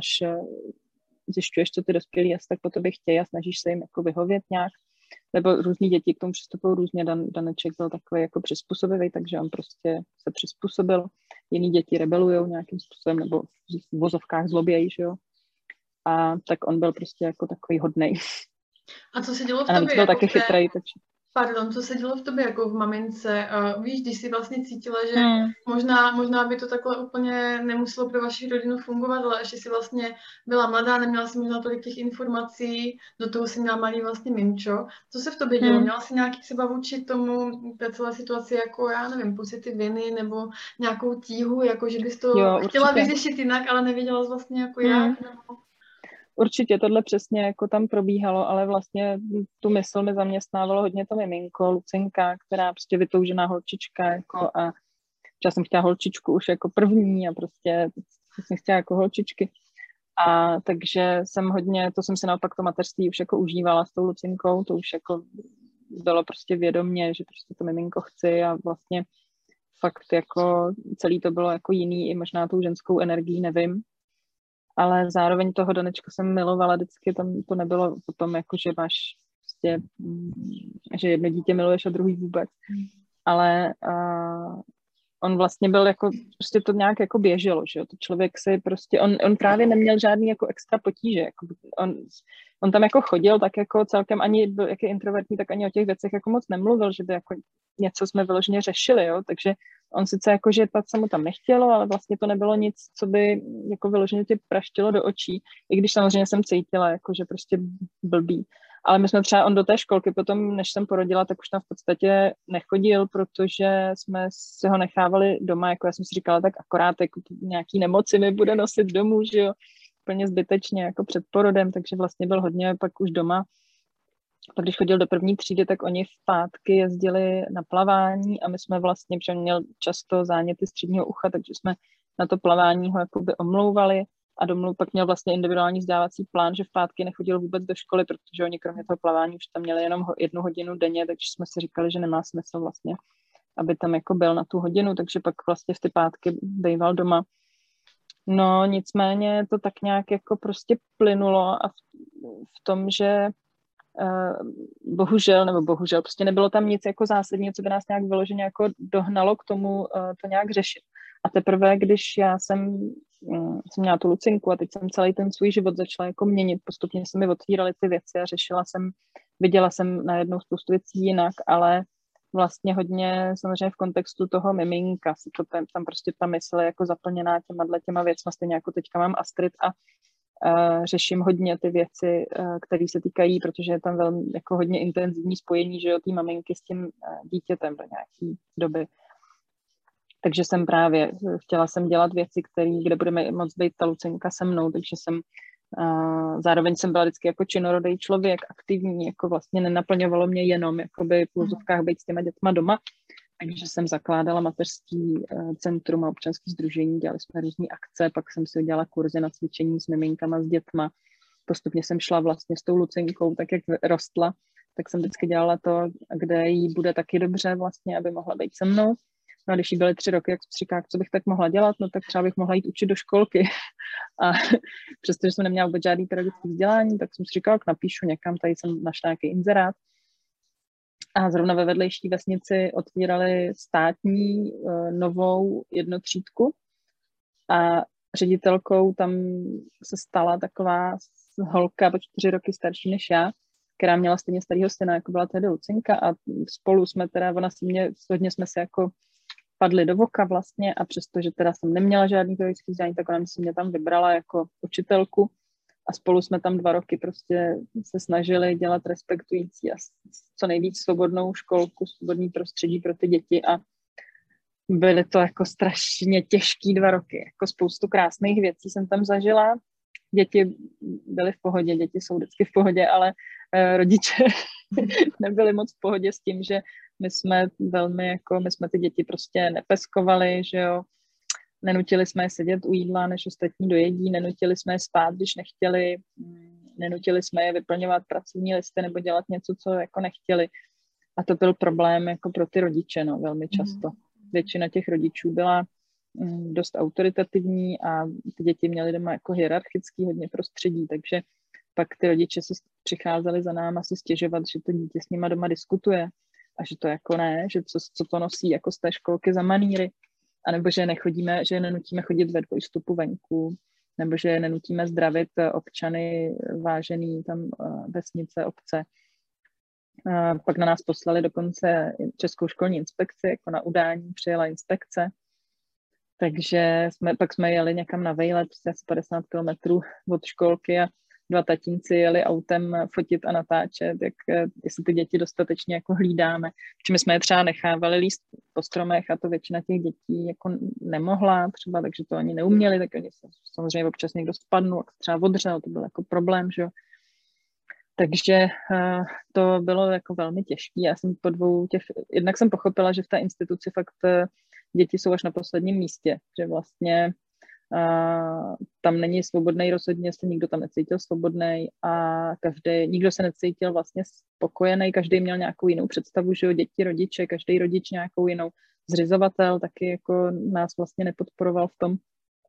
zjišťuješ, co ty dospělí asi tak po tobě chtějí a snažíš se jim jako vyhovět nějak. Nebo různý děti k tomu přistupují různě. Daneček byl takový jako přizpůsobivý, takže on prostě se přizpůsobil. Jiný děti rebelujou nějakým způsobem, nebo v vozovkách zlobějí, že jo. A tak on byl prostě jako takový hodnej. A co se dělo v tobě? A tobě? Byl taky chytrej, takže... Pardon, co se dělo v tobě jako v mamince? Víš, když jsi vlastně cítila, že možná by to takhle úplně nemuselo pro vaši rodinu fungovat, ale ještě si vlastně byla mladá, neměla jsi možná tolik těch informací, do toho si měla malý vlastně mimčo. Co se v tobě dělo? Měla jsi nějaký třeba vůči tomu té celé situaci jako, já nevím, pocity viny nebo nějakou tíhu, jako že bys to chtěla vyřešit jinak, ale nevěděla jsi vlastně jako jak? Nebo... Určitě tohle přesně jako tam probíhalo, ale vlastně tu mysl mi zaměstnávalo hodně to miminko, Lucinka, která prostě vytoužená holčička jako a já jsem chtěla holčičku už jako první a prostě jsem chtěla jako holčičky. A takže to jsem si naopak to mateřství už jako užívala s tou Lucinkou, to už jako bylo prostě vědomě, že prostě to miminko chci a vlastně fakt jako celý to bylo jako jiný i možná tou ženskou energií, nevím. Ale zároveň toho Danečka jsem milovala vždycky, tam to nebylo potom jako, že máš prostě, že jedno dítě miluješ a druhý vůbec. Ale on vlastně byl jako, prostě to nějak jako běželo, že jo, to člověk si prostě, on právě neměl žádný jako extra potíže, jako on tam jako chodil, tak jako celkem ani byl, jak je introvertní, tak ani o těch věcech jako moc nemluvil, že by jako něco jsme vyloženě řešili, jo, takže on sice jako, že se mu tam nechtělo, ale vlastně to nebylo nic, co by jako vyloženě tě praštilo do očí, i když samozřejmě jsem cítila, jako, že prostě blbý. Ale my jsme třeba, on do té školky potom, než jsem porodila, tak už tam v podstatě nechodil, protože jsme si ho nechávali doma, jako já jsem si říkala, tak akorát jako nějaký nemoci mi bude nosit domů, že jo, úplně zbytečně jako před porodem, takže vlastně byl hodně pak už doma. Pak když chodil do první třídy, tak oni v pátky jezdili na plavání a my jsme vlastně, protože on měl často záněty středního ucha, takže jsme na to plavání ho jakoby omlouvali a pak měl vlastně individuální vzdělávací plán, že v pátky nechodil vůbec do školy, protože oni kromě toho plavání už tam měli jenom 1 hodinu denně, takže jsme si říkali, že nemá smysl vlastně, aby tam jako byl na tu hodinu, takže pak vlastně v ty pátky býval doma. No nicméně to tak nějak jako prostě plynulo a v tom, že bohužel, prostě nebylo tam nic jako zásadního, co by nás nějak vyloženě jako dohnalo k tomu to nějak řešit. A teprve, když já jsem měla tu Lucinku a teď jsem celý ten svůj život začala jako měnit, postupně se mi otvíraly ty věci a viděla jsem najednou spoustu věcí jinak, ale vlastně hodně samozřejmě v kontextu toho miminka, tam prostě ta mysl je jako zaplněná těma věcma, stejně jako teďka mám Astrid a řeším hodně ty věci, které se týkají, protože je tam velmi jako hodně intenzivní spojení, že jo, té maminky s tím dítětem do nějaké doby. Takže chtěla jsem dělat věci, kde budeme moct být ta Lucinka se mnou, takže zároveň jsem byla vždycky jako činorodý člověk, aktivní, jako vlastně nenaplňovalo mě jenom jakoby v úzovkách být s těma dětma doma, takže jsem zakládala mateřský centrum a občanský sdružení, dělali jsme různé akce, pak jsem si udělala kurzy na cvičení s miminkama, s dětma, postupně jsem šla vlastně s tou Lucinkou, tak jak rostla, tak jsem vždycky dělala to, kde jí bude taky dobře vlastně, aby mohla být se mnou. No a když jí byly 3 roky, jak jsem říkala, co bych tak mohla dělat, no tak třeba bych mohla jít učit do školky. A přestože jsem neměla vůbec žádný pedagogický vzdělání, tak jsem si říkala, jak napíšu někam, tady jsem našla nějaký inzerát. A zrovna ve vedlejší vesnici otvírali státní novou jednotřídku a ředitelkou tam se stala taková holka, 4 roky starší než já, která měla stejně starýho syna, jako byla tedy Lucinka a spolu jsme teda, hodně jsme se jako padli do voka vlastně a přestože teda jsem neměla žádný pedagogický vzdělání, tak ona mě tam vybrala jako učitelku a spolu jsme tam 2 roky prostě se snažili dělat respektující a co nejvíc svobodnou školku, svobodný prostředí pro ty děti a byly to jako strašně těžký 2 roky. Jako spoustu krásných věcí jsem tam zažila. Děti byly v pohodě, děti jsou vždycky v pohodě, ale rodiče nebyli moc v pohodě s tím, že my jsme ty děti prostě nepeskovali, že jo, nenutili jsme je sedět u jídla, než ostatní dojedí, nenutili jsme je spát, když nechtěli, nenutili jsme je vyplňovat pracovní listy nebo dělat něco, co jako nechtěli. A to byl problém jako pro ty rodiče, no, velmi často. Většina těch rodičů byla dost autoritativní a ty děti měly doma jako hierarchický hodně prostředí, takže pak ty rodiče si přicházeli za náma si stěžovat, že to dítě s nima doma diskutuje a že to jako ne, že co to nosí jako z té školky za manýry, anebo že je nenutíme chodit ve dvojstupu venku, nebo že je nenutíme zdravit občany vážený tam vesnice, obce. Pak na nás poslali dokonce Českou školní inspekci, jako na udání přijela inspekce. Takže pak jsme jeli někam na vejlet, asi 50 kilometrů od školky a 2 tatínci jeli autem fotit a natáčet, jestli ty děti dostatečně jako hlídáme. Protože my jsme je třeba nechávali líst po stromech a to většina těch dětí jako nemohla třeba, takže to ani neuměli, tak oni se samozřejmě občas někdo spadnul, třeba odřel, to byl jako problém, že jo. Takže to bylo jako velmi těžké. Já jsem jednak jsem pochopila, že v té instituci fakt děti jsou až na posledním místě, že vlastně tam není svobodný rozhodně, se nikdo tam necítil svobodný a nikdo se necítil vlastně spokojený, každý měl nějakou jinou představu, že jo, děti, rodiče, každý rodič nějakou jinou, zřizovatel taky jako nás vlastně nepodporoval v tom.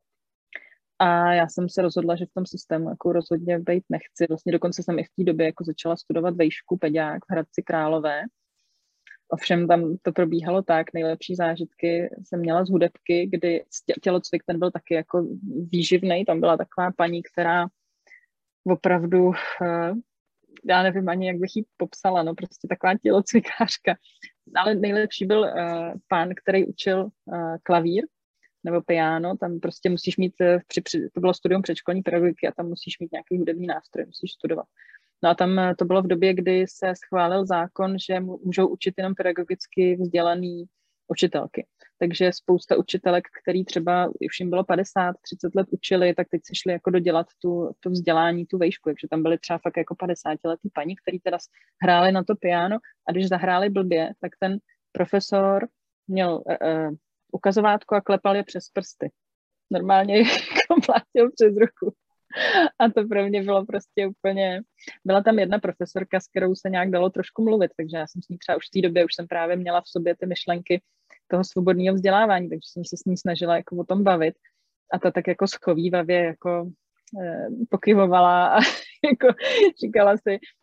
A já jsem se rozhodla, že v tom systému jako rozhodně být nechci. Vlastně dokonce jsem i v té době jako začala studovat vejšku pediák v Hradci Králové. Ovšem tam to probíhalo tak, nejlepší zážitky jsem měla z hudebky, kdy tělocvik ten byl taky jako výživnej. Tam byla taková paní, která opravdu, já nevím ani, jak bych ji popsala, no prostě taková tělocvikářka. Ale nejlepší byl pán, který učil klavír nebo piano, tam prostě musíš mít, to bylo studium předškolní pedagogiky a tam musíš mít nějaký hudební nástroj, musíš studovat. No a tam to bylo v době, kdy se schválil zákon, že můžou učit jenom pedagogicky vzdělaný učitelky. Takže spousta učitelek, který třeba už jim bylo 50, 30 let učili, tak teď si šli jako dodělat to vzdělání, tu vejšku. Takže tam byly třeba fakt jako 50letý paní, který teda hráli na to piano a když zahráli blbě, tak ten profesor měl ukazovátko a klepal je přes prsty. Normálně jako plátil přes ruku. A to pro mě bylo prostě úplně... Byla tam jedna profesorka, s kterou se nějak dalo trošku mluvit, takže já jsem s ní třeba už v té době, už jsem právě měla v sobě ty myšlenky toho svobodného vzdělávání, takže jsem se s ní snažila jako o tom bavit. A ta tak jako schovívavě jako pokyvovala a jako říkala si,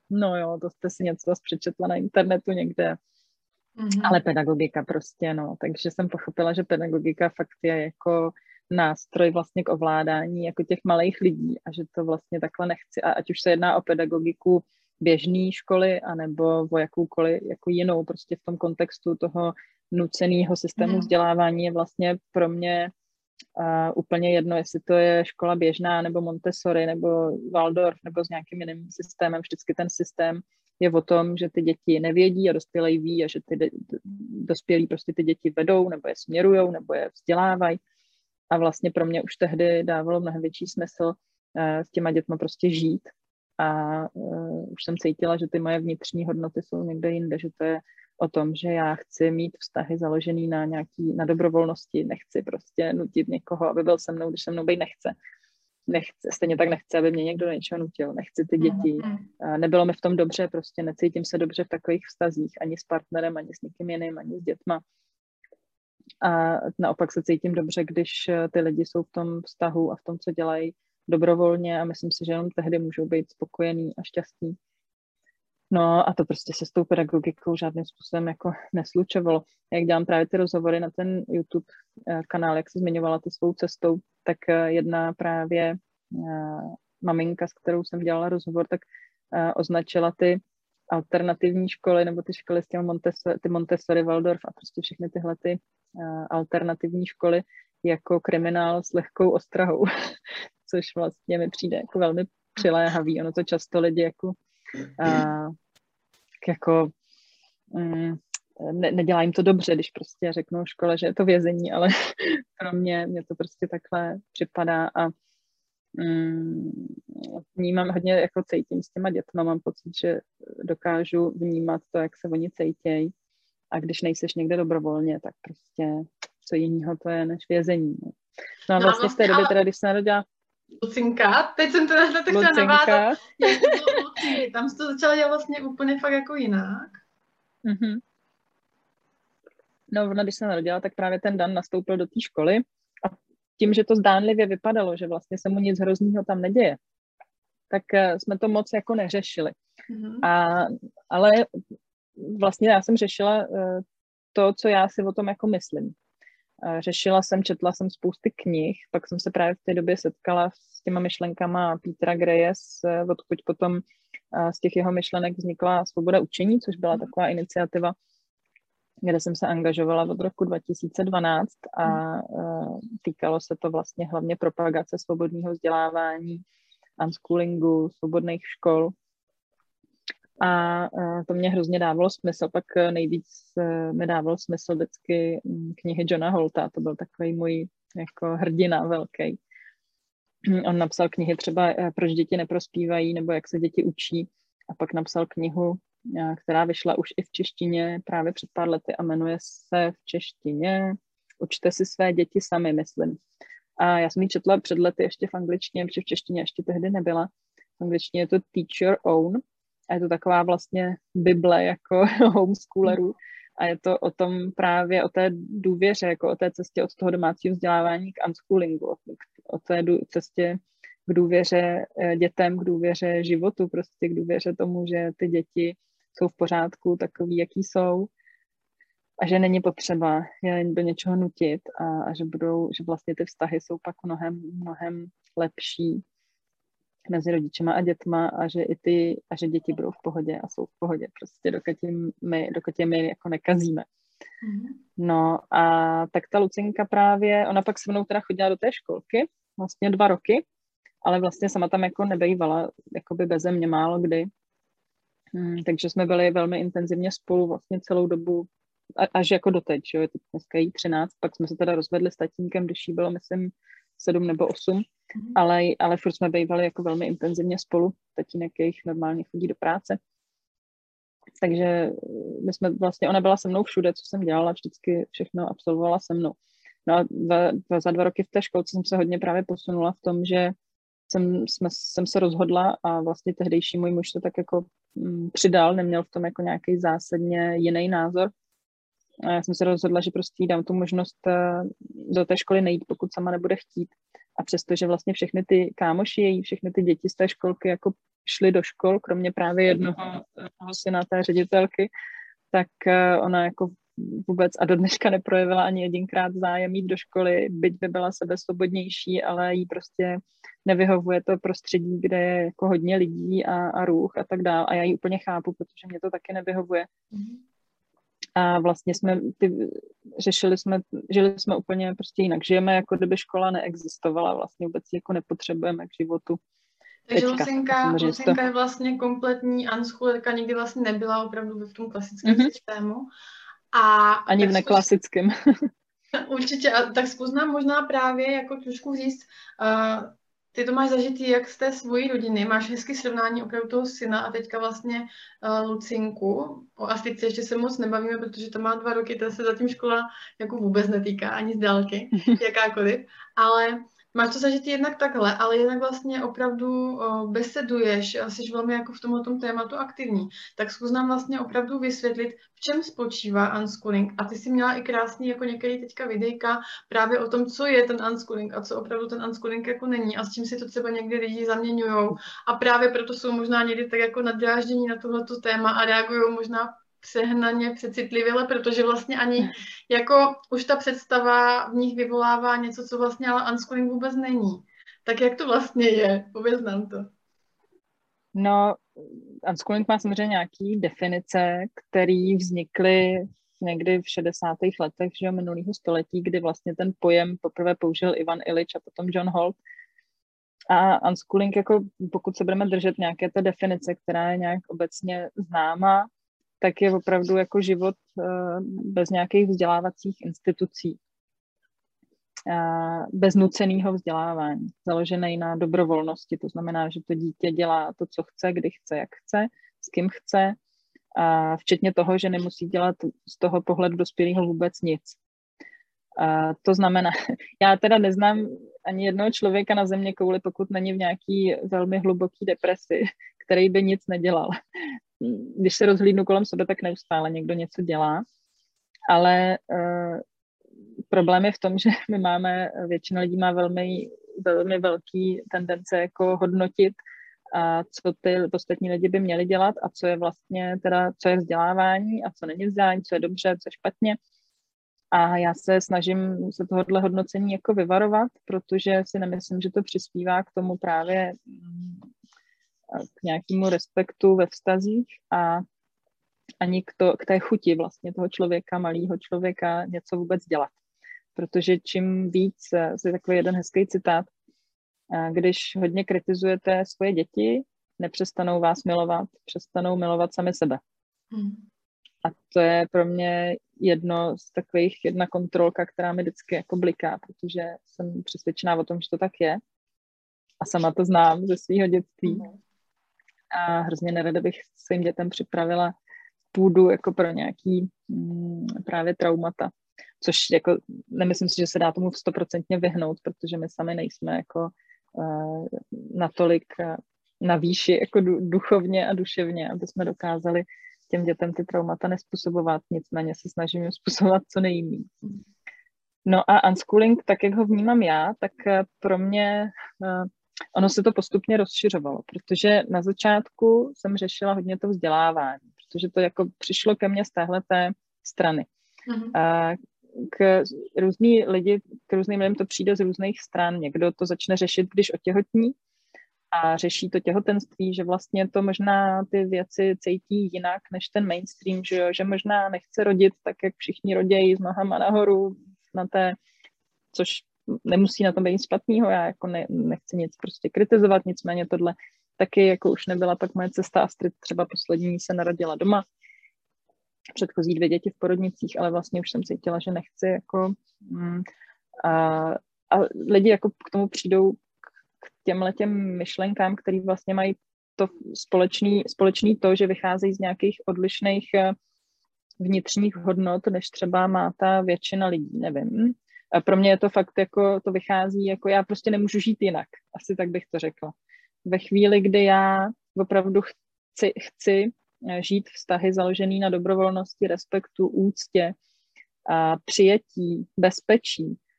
no jo, to jste si něco přečetla na internetu někde. Ale pedagogika prostě, no. Takže jsem pochopila, že pedagogika fakt je jako nástroj vlastně k ovládání jako těch malých lidí a že to vlastně takhle nechci. A ať už se jedná o pedagogiku běžné školy, anebo o jakoukoliv jako jinou, prostě v tom kontextu toho nuceného systému vzdělávání je vlastně pro mě úplně jedno, jestli to je škola běžná, nebo Montessori, nebo Waldorf, nebo s nějakým jiným systémem. Vždycky ten systém je o tom, že ty děti nevědí a dospělí ví a že ty dospělí prostě ty děti vedou, nebo je směrujou, nebo je vzdělávají. A vlastně pro mě už tehdy dávalo mnohem větší smysl s těma dětma prostě žít. A už jsem cítila, že ty moje vnitřní hodnoty jsou někde jinde, že to je o tom, že já chci mít vztahy založený na dobrovolnosti, nechci prostě nutit někoho, aby byl se mnou, když se mnou být nechce. Stejně tak nechci, aby mě někdo do něčeho nutil, nechci ty děti. Nebylo mi v tom dobře, prostě necítím se dobře v takových vztazích, ani s partnerem, ani s někým jiným, ani s dětma. A naopak se cítím dobře, když ty lidi jsou v tom vztahu a v tom, co dělají dobrovolně a myslím si, že jenom tehdy můžou být spokojení a šťastní. No a to prostě se s tou pedagogikou žádným způsobem jako neslučovalo. Jak dělám právě ty rozhovory na ten YouTube kanál, jak se zmiňovala ty svou cestou, tak jedna právě maminka, s kterou jsem dělala rozhovor, tak označila ty alternativní školy nebo ty školy s těmi Montessori, Waldorf a prostě všechny tyhle ty alternativní školy jako kriminál s lehkou ostrahou, což vlastně mi přijde jako velmi přiléhavý. Ono to často lidi jako nedělá jim to dobře, když prostě řeknou škole, že je to vězení, ale pro mě to prostě takhle připadá a vnímám hodně, jako cítím s těma dětma, mám pocit, že dokážu vnímat to, jak se oni cítějí a když nejseš někde dobrovolně, tak prostě co jiného to je než vězení. No a vlastně v té době teda, když se narodila Lucinka, teď jsem to chtěla navázat, jak to bylo Lucinky, tam jsi to začala dělat vlastně úplně fakt jako jinak. Mm-hmm. No, ona, když se narodila, tak právě ten Dan nastoupil do té školy a tím, že to zdánlivě vypadalo, že vlastně se mu nic hroznýho tam neděje, tak jsme to moc jako neřešili. Mm-hmm. Ale vlastně já jsem řešila to, co já si o tom jako myslím. Četla jsem spousty knih, pak jsem se právě v té době setkala s těma myšlenkama Petera Greje, odkud potom z těch jeho myšlenek vznikla Svoboda učení, což byla taková iniciativa, kde jsem se angažovala od roku 2012 a týkalo se to vlastně hlavně propagace svobodného vzdělávání, unschoolingu, svobodných škol. A to mě hrozně dávalo smysl. Pak nejvíc mi dávalo smysl vždycky knihy Johna Holta. To byl takový můj jako hrdina velký. On napsal knihy třeba Proč děti neprospívají nebo Jak se děti učí. A pak napsal knihu, která vyšla už i v češtině právě před pár lety a jmenuje se v češtině Učte si své děti sami, myslím. A já jsem ji četla před lety ještě v angličtině, protože v češtině ještě tehdy nebyla. V angličtině je to Teach Your Own. A je to taková vlastně bible jako homeschoolerů. A je to o tom právě, o té důvěře, jako o té cestě od toho domácího vzdělávání k unschoolingu. O té cestě k důvěře dětem, k důvěře životu, prostě k důvěře tomu, že ty děti jsou v pořádku takový, jaký jsou. A že není potřeba je do něčeho nutit a že vlastně ty vztahy jsou pak mnohem lepší mezi rodičema a dětma a že děti budou v pohodě a jsou v pohodě, prostě dokud je my jako nekazíme. No a tak ta Lucinka právě, ona pak se mnou teda chodila do té školky, vlastně 2 roky, ale vlastně sama tam jako nebejvala, jakoby beze mě málo kdy. Takže jsme byli velmi intenzivně spolu vlastně celou dobu, až jako doteď, jo, je to dneska jí 13, pak jsme se teda rozvedli s tatínkem, když jí bylo, myslím, 7 nebo 8, ale furt jsme bývali jako velmi intenzivně spolu, tatínek jejich normálně chodí do práce. Takže my jsme vlastně, ona byla se mnou všude, co jsem dělala, vždycky všechno absolvovala se mnou. No a za 2 roky v té školce jsem se hodně právě posunula v tom, že jsem se rozhodla a vlastně tehdejší můj muž to tak jako přidal, neměl v tom jako nějaký zásadně jiný názor. A já jsem se rozhodla, že prostě jí dám tu možnost do té školy nejít, pokud sama nebude chtít. A přestože vlastně všechny ty kámoši její, všechny ty děti z té školky jako šly do škol, kromě právě jednoho syna té ředitelky, tak ona jako vůbec a do dneška neprojevila ani jedinkrát zájem jít do školy, byť by byla sebesvobodnější, ale jí prostě nevyhovuje to prostředí, kde je jako hodně lidí a ruch a tak dále. A já ji úplně chápu, protože mě to taky nevyhovuje. A vlastně žili jsme úplně prostě jinak. Žijeme, jako kdyby škola neexistovala, vlastně vůbec ji jako nepotřebujeme k životu. Takže Lucinka je vlastně kompletní unschoolerka, nikdy vlastně nebyla opravdu v tom klasickém systému. Ani v neklasickém. Určitě, a tak zkus nám možná právě jako trošku říct, ty to máš zažitý jak z té svojí rodiny, máš hezký srovnání opravdu toho syna a teďka vlastně Lucinku. O Astice ještě se moc nebavíme, protože to má 2 roky, to se zatím škola jako vůbec netýká, ani z dálky, jakákoliv, ale máš to zažitý jednak takhle, ale jednak vlastně opravdu beseduješ, jsi velmi jako v tomto tématu aktivní. Tak zkus nám vlastně opravdu vysvětlit, v čem spočívá unschooling. A ty jsi měla i krásný jako některý teďka videjka právě o tom, co je ten unschooling a co opravdu ten unschooling jako není a s čím si to třeba někdy lidi zaměňujou. A právě proto jsou možná někdy tak jako nadráždění na tohleto téma a reagují možná přehnaně, přecitlivěle, protože vlastně ani jako už ta představa v nich vyvolává něco, co vlastně ale unschooling vůbec není. Tak jak to vlastně je? Pověz nám to. No, unschooling má samozřejmě nějaký definice, které vznikly někdy v 60. letech minulého století, kdy vlastně ten pojem poprvé použil Ivan Illich a potom John Holt. A unschooling, jako pokud se budeme držet nějaké té definice, která je nějak obecně známá, tak je opravdu jako život bez nějakých vzdělávacích institucí. Bez nuceného vzdělávání, založený na dobrovolnosti. To znamená, že to dítě dělá to, co chce, kdy chce, jak chce, s kým chce, a včetně toho, že nemusí dělat z toho pohledu dospělého vůbec nic. To znamená, já teda neznám ani jednoho člověka na země kouli, pokud není v nějaký velmi hluboký depresi, který by nic nedělal. Když se rozhlídnu kolem sebe, tak neustále někdo něco dělá, ale problém je v tom, že většina lidí má velmi, velmi velký tendence jako hodnotit, co ty ostatní lidi by měli dělat a co je vlastně teda, co je vzdělávání a co není vzdělání, co je dobře, co je špatně. A já se snažím se tohohle hodnocení jako vyvarovat, protože si nemyslím, že to přispívá k tomu právě k nějakému respektu ve vztazích a ani k té chuti vlastně toho člověka, malého člověka něco vůbec dělat. Protože čím víc, je takový jeden hezký citát, když hodně kritizujete svoje děti, nepřestanou vás milovat, přestanou milovat sami sebe. A to je pro mě jedna kontrolka, která mi vždycky jako bliká, protože jsem přesvědčená o tom, že to tak je. A sama to znám ze svého dětství. A hrozně nerada bych svým dětem připravila půdu jako pro nějaký právě traumata. Což jako nemyslím si, že se dá tomu 100% vyhnout, protože my sami nejsme jako natolik na výši jako duchovně a duševně, aby jsme dokázali těm dětem ty traumata nespůsobovat, nicméně se snažím je způsobovat co nejméně. No a unschooling, tak jak ho vnímám já, tak pro mě ono se to postupně rozšiřovalo, protože na začátku jsem řešila hodně to vzdělávání, protože to jako přišlo ke mně z téhleté strany. K různým lidem to přijde z různých stran. Někdo to začne řešit, když otěhotní a řeší to těhotenství, že vlastně to možná ty věci cítí jinak než ten mainstream, že možná nechce rodit tak, jak všichni rodějí s nohama nahoru, což nemusí na tom být nic špatného, já jako nechci nic prostě kritizovat, nicméně tohle taky jako už nebyla pak moje cesta. Astrid třeba poslední se narodila doma, předchozí 2 děti v porodnicích, ale vlastně už jsem cítila, že nechci jako a lidi jako k tomu přijdou k těmhletěm myšlenkám, který vlastně mají to společný to, že vycházejí z nějakých odlišných vnitřních hodnot, než třeba má ta většina lidí, nevím. A pro mě je to fakt jako, to vychází jako já prostě nemůžu žít jinak, asi tak bych to řekla. Ve chvíli, kdy já opravdu chci žít vztahy založený na dobrovolnosti, respektu, úctě, přijetí, bezpečí,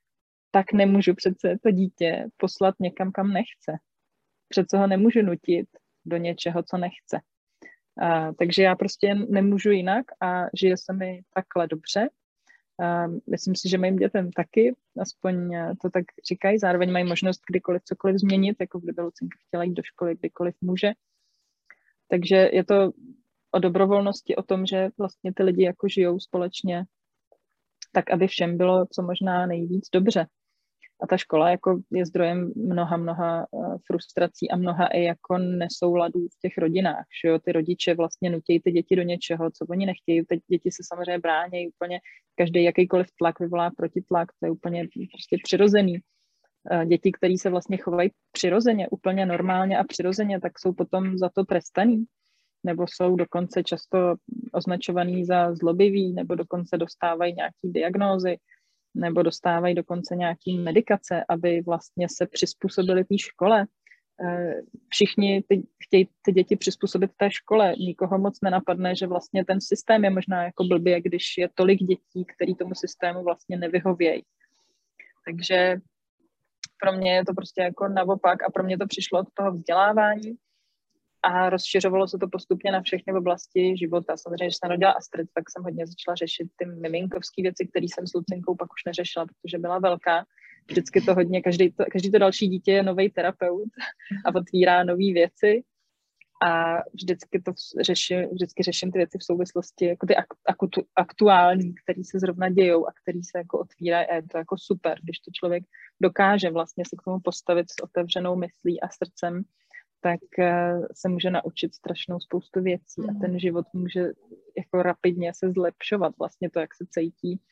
tak nemůžu přece to dítě poslat někam, kam nechce. Přece ho nemůžu nutit do něčeho, co nechce. Takže já prostě nemůžu jinak a žije se mi takhle dobře. Myslím si, že mým dětem taky, aspoň to tak říkají, zároveň mají možnost kdykoliv cokoliv změnit, jako kdyby Lucinka chtěla jít do školy, kdykoliv může. Takže je to o dobrovolnosti, o tom, že vlastně ty lidi jako žijou společně, tak aby všem bylo co možná nejvíc dobře. A ta škola jako je zdrojem mnoha frustrací a mnoha i jako nesouladů v těch rodinách. Že jo? Ty rodiče vlastně nutí ty děti do něčeho, co oni nechtějí. Teď děti se samozřejmě brání úplně, každý jakýkoliv tlak vyvolá protitlak, to je úplně prostě přirozený. Děti, které se vlastně chovají přirozeně, úplně normálně a přirozeně, tak jsou potom za to trestaný, nebo jsou dokonce často označovaný za zlobivý, nebo dokonce dostávají nějaký diagnózy, nebo dostávají dokonce nějaký medikace, aby vlastně se přizpůsobili té škole. Všichni chtějí ty děti přizpůsobit té škole. Nikoho moc nenapadne, že vlastně ten systém je možná jako blbě, když je tolik dětí, který tomu systému vlastně nevyhovějí. Takže pro mě je to prostě jako naopak a pro mě to přišlo od toho vzdělávání a rozšiřovalo se to postupně na všechny oblasti života. Samozřejmě, když jsem rodila Astrid, tak jsem hodně začala řešit ty miminkovské věci, které jsem s Lucinkou pak už neřešila, protože byla velká. Vždycky to hodně, každý to další dítě je nový terapeut a otvírá nové věci a vždycky řeším ty věci v souvislosti jako ty aktuální, které se zrovna dějou a které se jako otvírají a je to jako super, když to člověk dokáže vlastně se k tomu postavit s otevřenou myslí a srdcem, tak se může naučit strašnou spoustu věcí a ten život může jako rapidně se zlepšovat, vlastně to, jak se cítí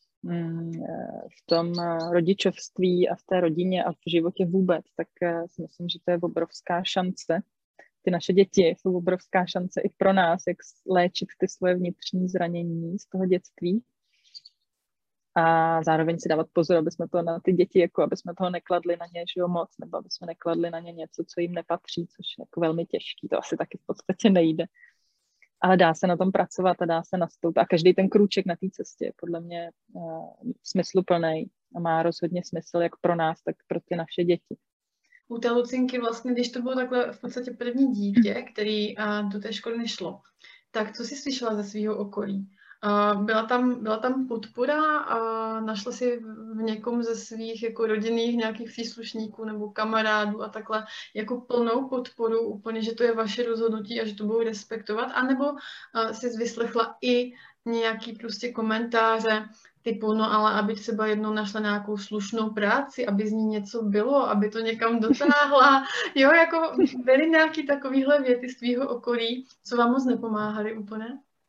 v tom rodičovství a v té rodině a v životě vůbec, tak si myslím, že to je obrovská šance. Ty naše děti jsou obrovská šance i pro nás, jak léčit ty svoje vnitřní zranění z toho dětství a zároveň si dávat pozor, aby jsme to na ty děti, jako aby jsme toho nekladli na ně, že jo, moc, nebo aby jsme nekladli na ně něco, co jim nepatří, což je jako velmi těžký, to asi taky v podstatě nejde. Ale dá se na tom pracovat a dá se nastoupit. A každý ten krůček na té cestě je podle mě smysluplný a má rozhodně smysl jak pro nás, tak pro ty naše děti. U té Lucinky vlastně, když to bylo takhle v podstatě první dítě, který do té školy nešlo, tak co jsi slyšela ze svého okolí? Byla tam podpora a našla si v někom ze svých jako rodinných nějakých příslušníků nebo kamarádů a takhle jako plnou podporu úplně, že to je vaše rozhodnutí a že to budou respektovat, anebo jsi vyslechla i nějaký prostě komentáře typu, no ale aby třeba jednou našla nějakou slušnou práci, aby z ní něco bylo, aby to někam dotáhla. Jo, jako byly nějaký takovýhle věty z tvýho okolí, co vám moc nepomáhaly úplně?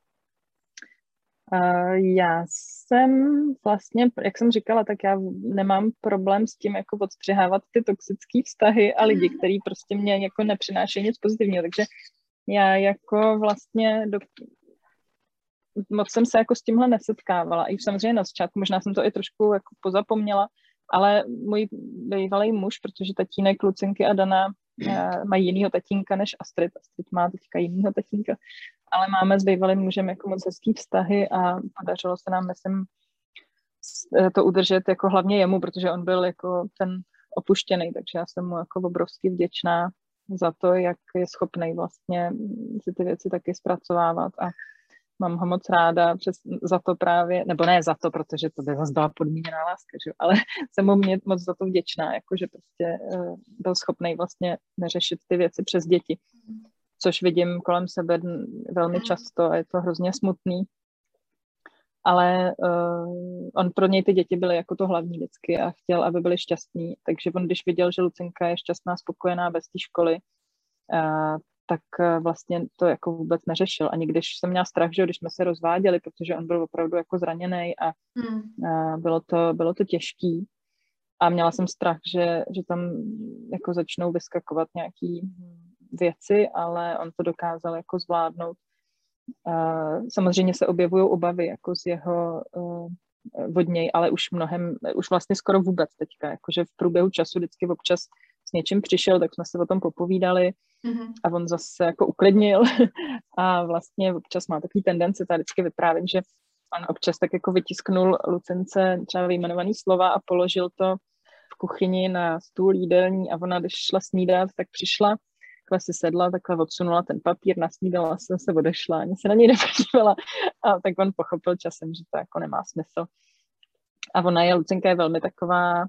Já jsem vlastně, jak jsem říkala, tak já nemám problém s tím jako odstřihávat ty toxické vztahy a lidi, kteří prostě mě jako nepřinášejí nic pozitivního, takže já jako vlastně moc jsem se jako s tímhle nesetkávala. I samozřejmě na začátku, možná jsem to i trošku jako pozapomněla, ale můj bývalý muž, protože tatínek Lucinky a Dana mají jinýho tatínka než Astrid. Astrid má teďka jinýho tatínka, ale máme s bývalým mužem jako moc hezký vztahy a podařilo se nám, myslím, to udržet jako hlavně jemu, protože on byl jako ten opuštěný, takže já jsem mu jako obrovsky vděčná za to, jak je schopný vlastně si ty věci taky zpracovávat a mám ho moc ráda za to právě, nebo ne za to, protože to by zase byla podmíněná láska, že? Ale jsem mu moc za to vděčná, jako že prostě byl schopný vlastně neřešit ty věci přes děti, což vidím kolem sebe velmi často a je to hrozně smutný. Ale on pro něj ty děti byly jako to hlavní vždycky a chtěl, aby byli šťastní, takže on, když viděl, že Lucinka je šťastná, spokojená bez té školy, tak vlastně to jako vůbec neřešil. Ani když jsem měla strach, že když jsme se rozváděli, protože on byl opravdu jako zraněný a bylo to těžký. A měla jsem strach, že tam jako začnou vyskakovat nějaký věci, ale on to dokázal jako zvládnout. Samozřejmě se objevují obavy jako z jeho od něj, ale už vlastně skoro vůbec teďka, jakože v průběhu času vždycky občas s něčím přišel, tak jsme se o tom popovídali a on zase jako uklidnil a vlastně občas má takový tendence, tady vždycky vyprávím, že on občas tak jako vytisknul Lucence třeba vyjmenovaný slova a položil to v kuchyni na stůl jídelní a ona, když šla snídat, tak přišla, takhle si sedla, takhle odsunula ten papír, nasnídala se odešla, ani se na něj nepodívala a tak on pochopil časem, že to jako nemá smysl. A Lucenka je velmi taková,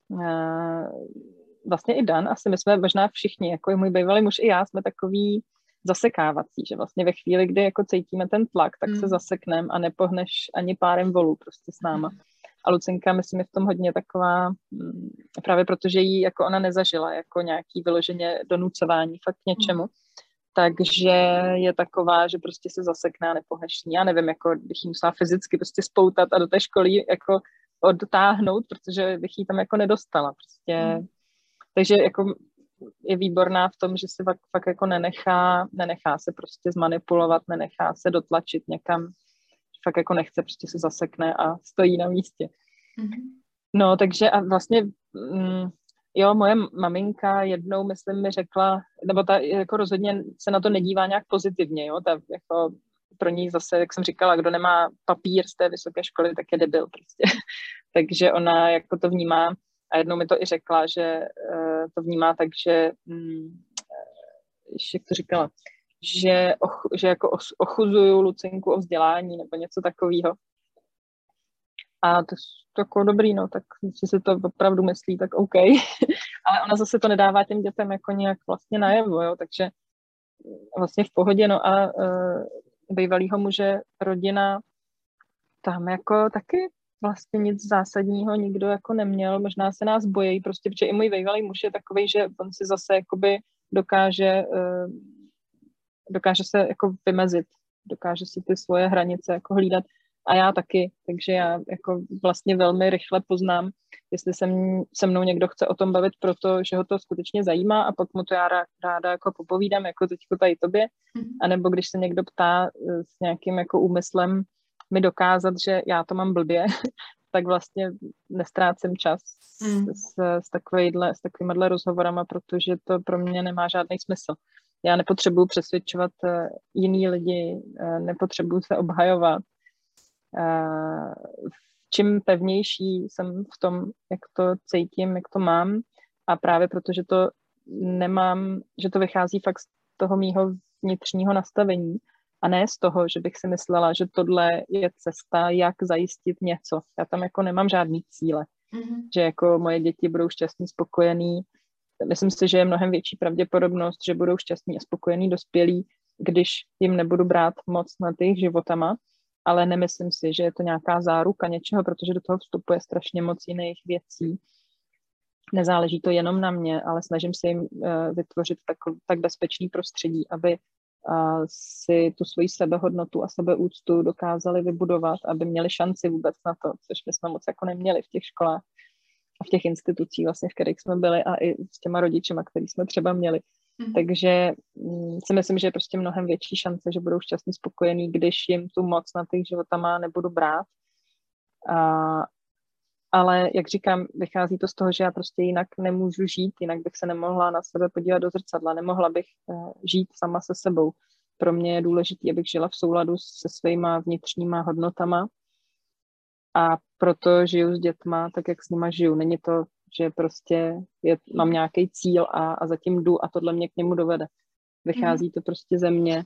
vlastně i Dan, asi my jsme možná všichni, jako i můj bývalý muž i já, jsme takový zasekávací, že vlastně ve chvíli, kdy jako cítíme ten tlak, tak se zasekneme a nepohneš ani párem volů prostě s náma. A Lucenka, myslím, je v tom hodně taková, právě protože jí jako ona nezažila jako nějaký vyloženě donucování fakt k něčemu, takže je taková, že prostě se zasekne a nepohneš ní. Já nevím, jako bych jí musela fyzicky prostě spoutat a do té školy jako odtáhnout, protože bych jí tam jako nedostala prostě. Takže jako je výborná v tom, že se fakt jako nenechá se prostě zmanipulovat, nenechá se dotlačit někam, fakt jako nechce, prostě se zasekne a stojí na místě. No, takže a vlastně, jo, moje maminka jednou, myslím, mi řekla, nebo ta jako rozhodně se na to nedívá nějak pozitivně, jo, ta jako pro ní zase, jak jsem říkala, kdo nemá papír z té vysoké školy, tak je debil prostě. Takže ona jako to vnímá a jednou mi to i řekla, že to vnímá tak, že jak to říkala, že jako ochuzuju Lucenku o vzdělání nebo něco takového. A to je jako dobrý, no, tak jestli si to opravdu myslí, tak OK. Ale ona zase to nedává těm dětem jako nějak vlastně najevo, jo, takže vlastně v pohodě, no a bývalýho muže rodina tam jako taky vlastně nic zásadního nikdo jako neměl, možná se nás bojí, prostě, protože i můj bývalý muž je takovej, že on si zase jakoby dokáže se jako vymezit, dokáže si ty svoje hranice jako hlídat a já taky, takže já jako vlastně velmi rychle poznám, jestli se mnou někdo chce o tom bavit, protože ho to skutečně zajímá a pak mu to já ráda jako popovídám, jako teďko tady tobě, anebo když se někdo ptá s nějakým jako úmyslem mi dokázat, že já to mám blbě, tak vlastně nestrácím čas s takovýmhle rozhovorama, protože to pro mě nemá žádný smysl. Já nepotřebuji přesvědčovat jiný lidi, nepotřebuji se obhajovat. Čím pevnější jsem v tom, jak to cítím, jak to mám a právě protože to nemám, že to vychází fakt z toho mýho vnitřního nastavení a ne z toho, že bych si myslela, že tohle je cesta, jak zajistit něco. Já tam jako nemám žádný cíle, že jako moje děti budou šťastní, spokojený. Myslím si, že je mnohem větší pravděpodobnost, že budou šťastní a spokojení dospělí, když jim nebudu brát moc nad jejich životama, ale nemyslím si, že je to nějaká záruka něčeho, protože do toho vstupuje strašně moc jiných věcí. Nezáleží to jenom na mě, ale snažím se jim vytvořit tak bezpečný prostředí, aby si tu svoji sebehodnotu a sebeúctu dokázali vybudovat, aby měli šanci vůbec na to, což my jsme moc jako neměli v těch školách a v těch institucích, vlastně, v kterých jsme byli a i s těma rodičima, který jsme třeba měli. Takže si myslím, že je prostě mnohem větší šance, že budou šťastní, spokojení, když jim tu moc na těch životama nebudu brát. Ale jak říkám, vychází to z toho, že já prostě jinak nemůžu žít, jinak bych se nemohla na sebe podívat do zrcadla, nemohla bych žít sama se sebou. Pro mě je důležité, abych žila v souladu se svýma vnitřníma hodnotama a proto žiju s dětma tak, jak s nima žiju. Není to, že prostě mám nějaký cíl a zatím jdu a tohle mě k němu dovede. Vychází to prostě ze mě.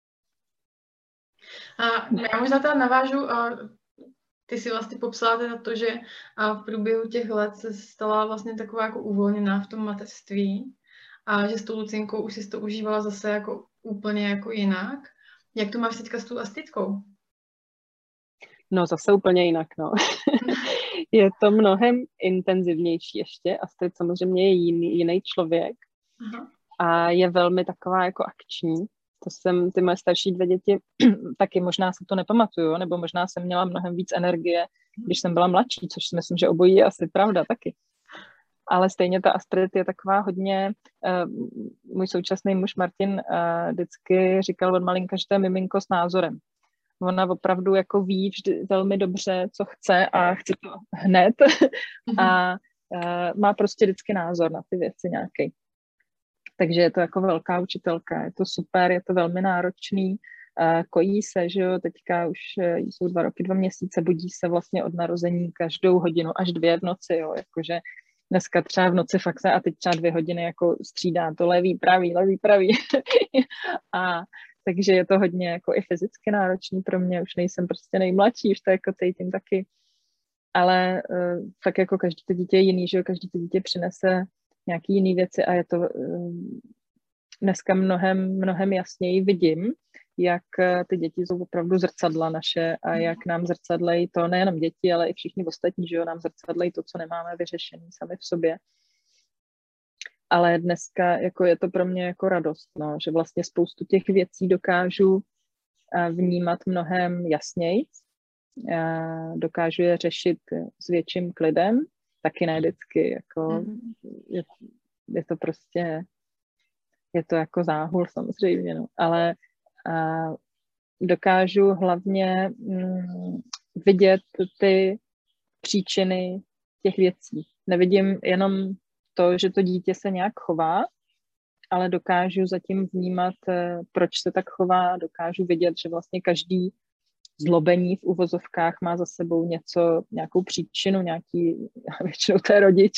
A já možná teda navážu, ty si vlastně popsala teda to, že v průběhu těch let se stala vlastně taková jako uvolněná v tom mateřství a že s tou Lucinkou už si to užívala zase jako úplně jako jinak. Jak to máš teďka s tou Astridkou? No zase úplně jinak, no. Je to mnohem intenzivnější ještě. Astrid samozřejmě je jiný člověk. A je velmi taková jako akční. Ty moje starší 2 děti, taky možná se to nepamatuju, nebo možná jsem měla mnohem víc energie, když jsem byla mladší, což si myslím, že obojí je asi pravda taky. Ale stejně ta Astrid je taková hodně, můj současný muž Martin vždycky říkal od malinka, že to je miminko s názorem. Ona opravdu jako ví vždy velmi dobře, co chce a chce to hned a má prostě vždycky názor na ty věci nějaký. Takže je to jako velká učitelka, je to super, je to velmi náročný, kojí se, že jo, teďka už jsou 2 roky, 2 měsíce, budí se vlastně od narození každou hodinu až 2 v noci, jo, jakože dneska třeba v noci fakt se a teď třeba 2 hodiny jako střídá to levý, pravý. A takže je to hodně jako i fyzicky náročný pro mě, už nejsem prostě nejmladší, už to jako cítím taky. Ale tak jako každý to dítě je jiný, že jo, každý to dítě přinese nějaký jiný věci a je to dneska mnohem jasněji vidím, jak ty děti jsou opravdu zrcadla naše a jak nám zrcadlejí to nejenom děti, ale i všichni ostatní, že jo, nám zrcadlejí to, co nemáme vyřešený sami v sobě. Ale dneska jako je to pro mě jako radost, no, že vlastně spoustu těch věcí dokážu vnímat mnohem jasněji, dokážu je řešit s větším klidem, taky ne vždycky, jako je to prostě, je to jako záhul samozřejmě, no, ale dokážu hlavně vidět ty příčiny těch věcí. Nevidím jenom to, že to dítě se nějak chová, ale dokážu zatím vnímat, proč se tak chová, dokážu vidět, že vlastně každý zlobení v uvozovkách má za sebou nějakou příčinu, většinou to je rodič,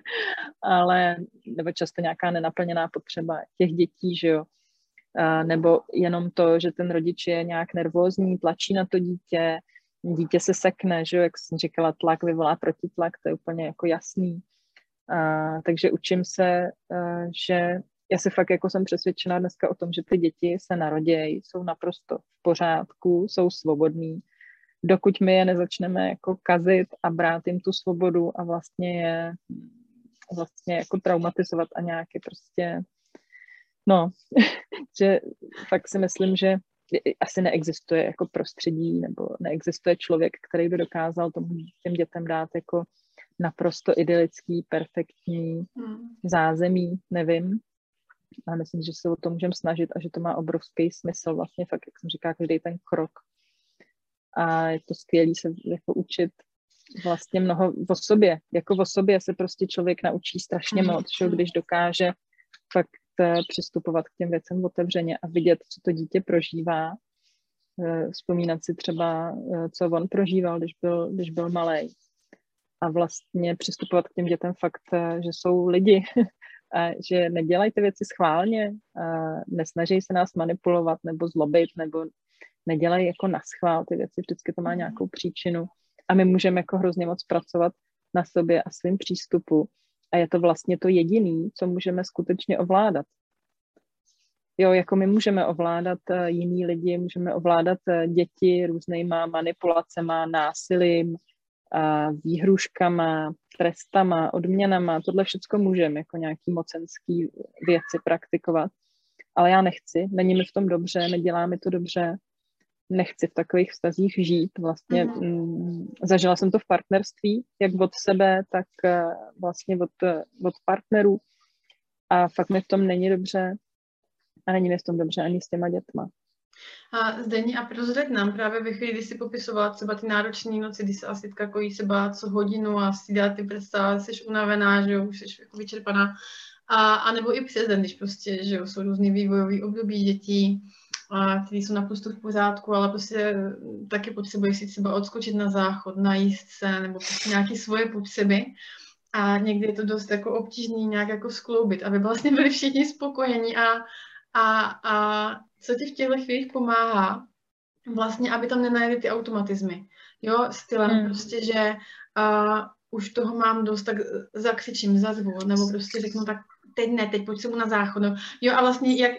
ale nebo často nějaká nenaplněná potřeba těch dětí, že jo. Nebo jenom to, že ten rodič je nějak nervózní, tlačí na to dítě se sekne, že jo, jak jsem říkala, tlak vyvolá protitlak, to je úplně jako jasný. Takže učím se, že já si fakt jako jsem přesvědčená dneska o tom, že ty děti se narodějí, jsou naprosto v pořádku, jsou svobodní, dokud my je nezačneme jako kazit a brát jim tu svobodu a vlastně je jako traumatizovat a nějaké prostě, no, že fakt si myslím, že asi neexistuje jako prostředí nebo neexistuje člověk, který by dokázal těm dětem dát jako naprosto idylický, perfektní zázemí, nevím. A myslím, že se o to můžeme snažit a že to má obrovský smysl vlastně fakt, jak jsem říkala, každý ten krok. A je to skvělý se jako učit vlastně mnoho o sobě. Jako o sobě se prostě člověk naučí strašně moc, že když dokáže fakt přistupovat k těm věcem otevřeně a vidět, co to dítě prožívá. Vzpomínat si třeba, co on prožíval, když byl malej. A vlastně přistupovat k těm dětem fakt, že jsou lidi, a že nedělají ty věci schválně, nesnaží se nás manipulovat nebo zlobit, nebo nedělají jako naschvál ty věci, vždycky to má nějakou příčinu. A my můžeme jako hrozně moc pracovat na sobě a svým přístupu. A je to vlastně to jediný, co můžeme skutečně ovládat. Jo, jako my můžeme ovládat jiný lidi, můžeme ovládat děti různýma manipulacema, násilím, výhruškama, trestama, odměnama, tohle všechno můžeme jako nějaký mocenský věci praktikovat. Ale já nechci, není mi v tom dobře, nedělá mi to dobře, nechci v takových vztazích žít. Vlastně zažila jsem to v partnerství, jak od sebe, tak vlastně od partnerů a fakt mi v tom není dobře a není mi v tom dobře ani s těma dětma. A Zdeni, a prozřeď nám právě ve chvíli, kdy jsi popisovala třeba ty náročné noci, kdy se asi kojí se bát co hodinu a si dělat ty představy, jsi unavená, že jo, už jsi jako vyčerpaná. A nebo i přes den, když prostě, že jo, jsou různý vývojový období dětí, který jsou naprosto v pořádku, ale prostě taky potřebuješ si třeba odskočit na záchod, najíst se, nebo prostě nějaké svoje potřeby. A někdy je to dost jako obtížný nějak jako skloubit, aby vlastně byli všichni spokojení a co ti v těchto chvílích pomáhá, vlastně, aby tam nenajeli ty automatizmy. Jo, stylem prostě, že už toho mám dost, tak zakřičím, zazvu, nebo prostě řeknu, tak teď ne, teď pojď se mu na záchod. No. Jo, a vlastně,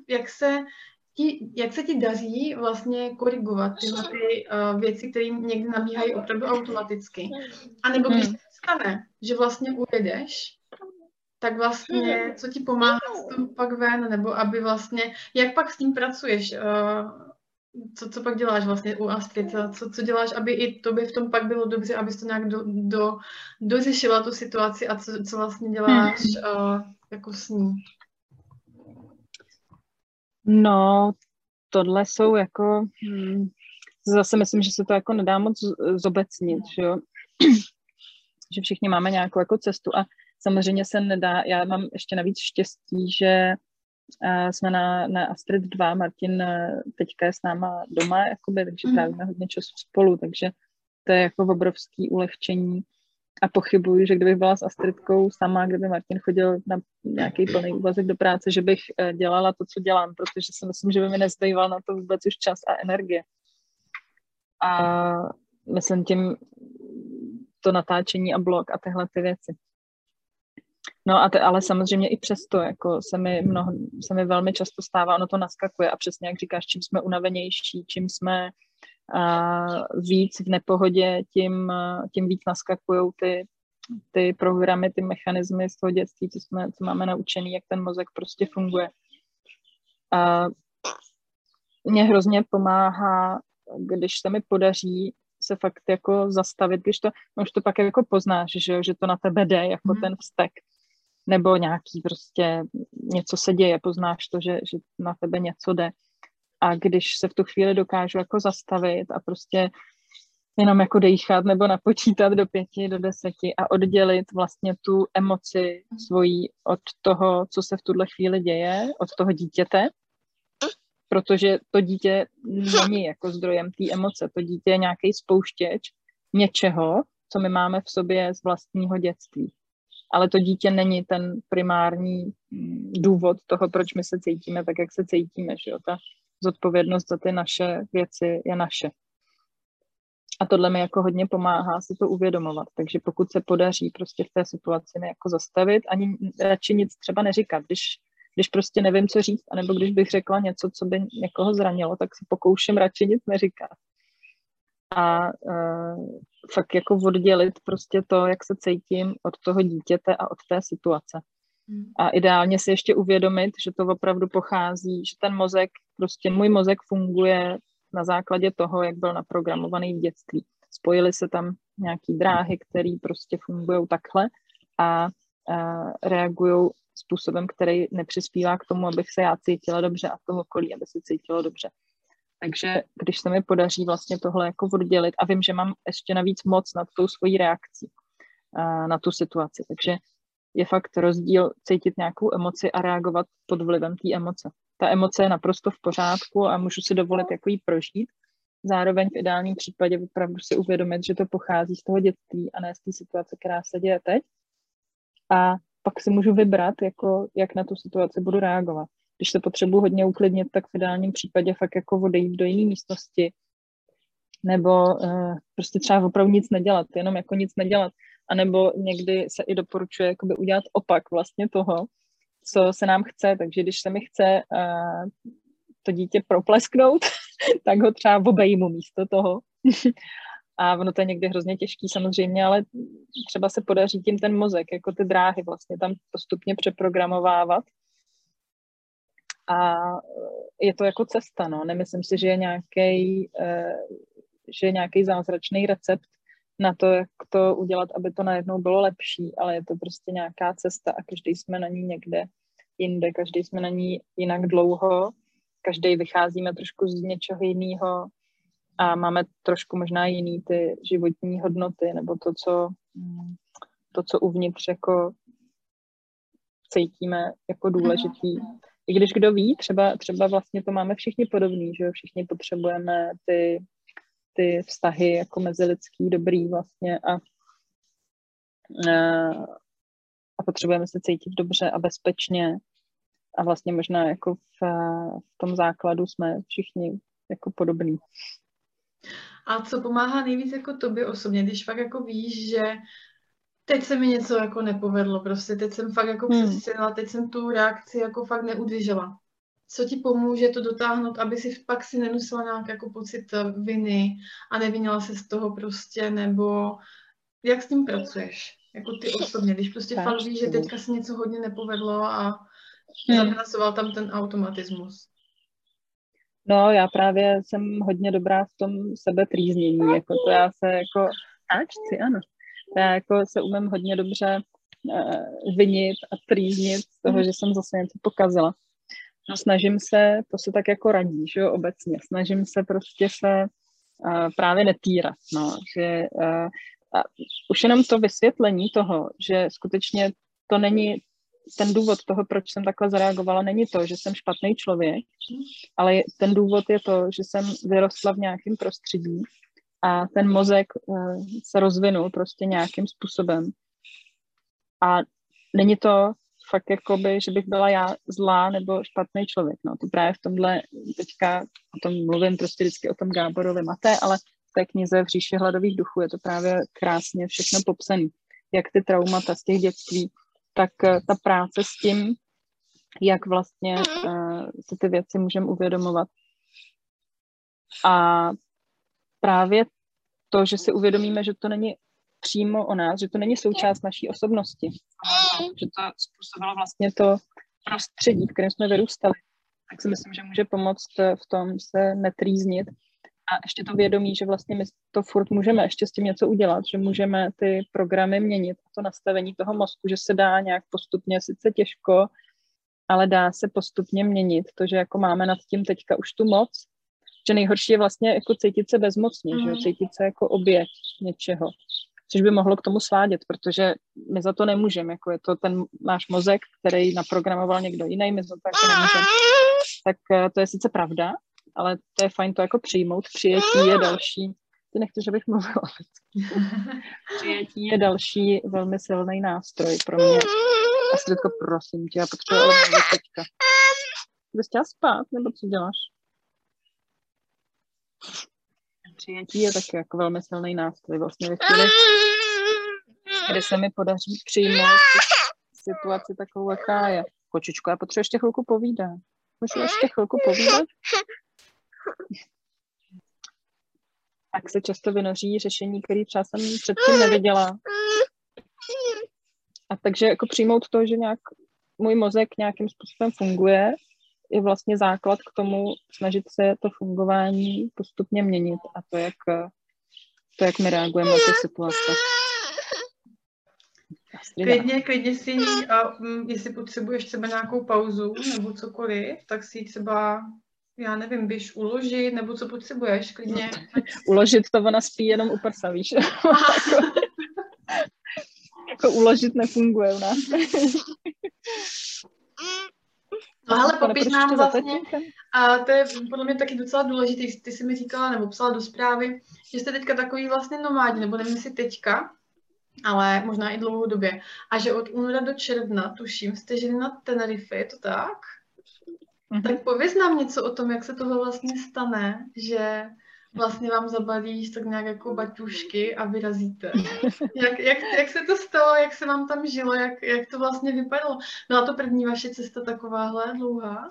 jak se ti daří vlastně korigovat tyhle ty věci, které někdy nabíhají opravdu automaticky. A nebo když se stane, že vlastně ujedeš, tak vlastně, co ti pomáhá z toho pak ven, nebo aby vlastně, jak pak s tím pracuješ, co pak děláš vlastně u Astrid, co děláš, aby i tobě v tom pak bylo dobře, abys to nějak dořešila tu situaci a co vlastně děláš jako s ní? No, tohle jsou jako, zase myslím, že se to jako nedá moc zobecnit, že jo, že všichni máme nějakou jako cestu a samozřejmě se nedá, já mám ještě navíc štěstí, že jsme na Astrid 2, Martin teďka je s náma doma, jakoby, takže trávíme hodně času spolu, takže to je jako obrovský ulehčení a pochybuji, že kdybych byla s Astridkou sama, kdyby Martin chodil na nějaký plný úvazek do práce, že bych dělala to, co dělám, protože si myslím, že by mi nezbýval na to vůbec už čas a energie. A myslím tím to natáčení a blog a tyhle ty věci. No ale samozřejmě i přesto, jako se mi velmi často stává, ono to naskakuje a přesně jak říkáš, čím jsme unavenější, čím jsme víc v nepohodě, tím víc naskakujou ty programy, ty mechanismy z toho dětství, co máme naučený, jak ten mozek prostě funguje. A mě hrozně pomáhá, když se mi podaří se fakt jako zastavit, když to, už to pak jako poznáš, že to na tebe jde, jako ten vztek, nebo nějaký prostě něco se děje, poznáš to, že na tebe něco jde. A když se v tu chvíli dokážu jako zastavit a prostě jenom jako dýchat nebo napočítat do 5, do 10 a oddělit vlastně tu emoci svojí od toho, co se v tuhle chvíli děje, od toho dítěte, protože to dítě není jako zdrojem té emoce, to dítě je nějaký spouštěč něčeho, co my máme v sobě z vlastního dětství. Ale to dítě není ten primární důvod toho, proč my se cítíme tak, jak se cítíme, že jo? Ta zodpovědnost za ty naše věci je naše. A tohle mi jako hodně pomáhá si to uvědomovat. Takže pokud se podaří prostě v té situaci mě jako zastavit, ani radši nic třeba neříkat. Když prostě nevím, co říct, anebo když bych řekla něco, co by někoho zranilo, tak si pokouším radši nic neříkat. A fakt jako oddělit prostě to, jak se cítím od toho dítěte a od té situace. A ideálně si ještě uvědomit, že to opravdu pochází, že ten mozek, prostě můj mozek funguje na základě toho, jak byl naprogramovaný v dětství. Spojily se tam nějaký dráhy, které prostě fungují takhle a reagují způsobem, který nepřispívá k tomu, abych se já cítila dobře a to okolí, aby se cítilo dobře. Takže když se mi podaří vlastně tohle jako oddělit a vím, že mám ještě navíc moc nad tou svojí reakcí na tu situaci, takže je fakt rozdíl cítit nějakou emoci a reagovat pod vlivem té emoce. Ta emoce je naprosto v pořádku a můžu si dovolit jako ji prožít. Zároveň v ideálním případě opravdu si uvědomit, že to pochází z toho dětství a ne z té situace, která se děje teď. A pak si můžu vybrat, jako, jak na tu situaci budu reagovat. Když se potřebuji hodně uklidnit, tak v ideálním případě fakt jako odejít do jiné místnosti nebo prostě třeba opravdu nic nedělat, jenom jako nic nedělat. A nebo někdy se i doporučuje jakoby udělat opak vlastně toho, co se nám chce. Takže když se mi chce to dítě proplesknout, tak ho třeba obejmu místo toho. A ono to je někdy hrozně těžký samozřejmě, ale třeba se podaří tím ten mozek, jako ty dráhy vlastně tam postupně přeprogramovávat. A je to jako cesta, no. Nemyslím si, že je nějaký zázračný recept na to, jak to udělat, aby to najednou bylo lepší, ale je to prostě nějaká cesta a každý jsme na ní někde jinde, každý jsme na ní jinak dlouho, každý vycházíme trošku z něčeho jiného a máme trošku možná jiný ty životní hodnoty nebo to, co uvnitř jako cítíme jako důležitý. I když kdo ví, třeba vlastně to máme všichni podobný, že jo? Všichni potřebujeme ty vztahy jako mezilidský dobrý vlastně a potřebujeme se cítit dobře a bezpečně a vlastně možná jako v tom základu jsme všichni jako podobný. A co pomáhá nejvíc jako tobě osobně, když fakt jako víš, že teď se mi něco jako nepovedlo, prostě teď jsem fakt jako přesila, teď jsem tu reakci jako fakt neudržela. Co ti pomůže to dotáhnout, aby si pak si nenosila nějaký jako pocit viny a nevinila se z toho prostě, nebo jak s tím pracuješ, jako ty osobně, když prostě fakt víš, že teďka se něco hodně nepovedlo a zapracoval tam ten automatismus. No, já právě jsem hodně dobrá v tom sebetrýznění, jako to já se jako, ano, já jako se umím hodně dobře vinit a trýznit z toho, že jsem zase něco pokazila. No, snažím se, to se tak jako radí, že jo, obecně, snažím se prostě se právě netýrat, no, že už jenom to vysvětlení toho, že skutečně to není ten důvod toho, proč jsem takhle zareagovala, není to, že jsem špatný člověk, ale ten důvod je to, že jsem vyrostla v nějakém prostředí a ten mozek se rozvinul prostě nějakým způsobem. A není to fakt jakoby, že bych byla já zlá nebo špatný člověk. No, to právě v tomhle teďka o tom mluvím prostě vždycky o tom Gáborovi Maté, ale v té knize V říši hladových duchů je to právě krásně všechno popsané. Jak ty traumata z těch dětství, tak ta práce s tím, jak vlastně se ty věci můžeme uvědomovat. A právě to, že si uvědomíme, že to není přímo o nás, že to není součást naší osobnosti, že to způsobilo vlastně to prostředí, v kterém jsme vyrůstali, tak si myslím, že může pomoct v tom se netrýznit. A ještě to vědomí, že vlastně my to furt můžeme ještě s tím něco udělat, že můžeme ty programy měnit, to nastavení toho mozku, že se dá nějak postupně, sice těžko, ale dá se postupně měnit. To, že jako máme nad tím teďka už tu moc, že nejhorší je vlastně jako cítit se bezmocně, že jo? Cítit se jako oběť něčeho, což by mohlo k tomu svádět, protože my za to nemůžeme, jako je to ten náš mozek, který naprogramoval někdo jiný, my za to jako nemůžeme. Tak to je sice pravda, ale to je fajn to jako přijmout. Přijetí je další, ty nechceš, abych mluvila. Přijetí je další velmi silný nástroj pro mě. Astridko, prosím tě, já potřebuji ale mluvit teďka. Bys chtěla spát, nebo co děláš? Přijetí je taky jako velmi silný nástroj. Vlastně ve chvíli, kdy se mi podaří přijmout situaci takovou, jaká je. Kočičko, já potřebuji ještě chvilku povídat. Můžu ještě chvilku povídat? Tak se často vynoří řešení, které třeba jsem předtím neviděla. A takže jako přijmout to, že nějak můj mozek nějakým způsobem funguje, je vlastně základ k tomu snažit se to fungování postupně měnit a jak my reagujeme na ty situace. Klidně si jí a jestli potřebuješ třeba nějakou pauzu nebo cokoliv, tak si ji třeba, já nevím, běž uložit, nebo co potřebuješ, klidně. Uložit to, ona spí jenom u prsa, víš? Jako uložit nefunguje u nás. No ale popiš nám vlastně, a to je podle mě taky docela důležité, ty jsi mi říkala, nebo psala do zprávy, že jste teďka takový vlastně nomádi, nebo nevím jestli teďka, ale možná i dlouhodobě. A že od února do června, tuším, jste žili na Tenerife, je to tak? Mm-hmm. Tak pověz nám něco o tom, jak se tohle vlastně stane, že vlastně vám zabalíš tak nějak jako baťušky a vyrazíte. Jak se to stalo, jak se vám tam žilo, jak to vlastně vypadalo? Byla to první vaše cesta takováhle dlouhá?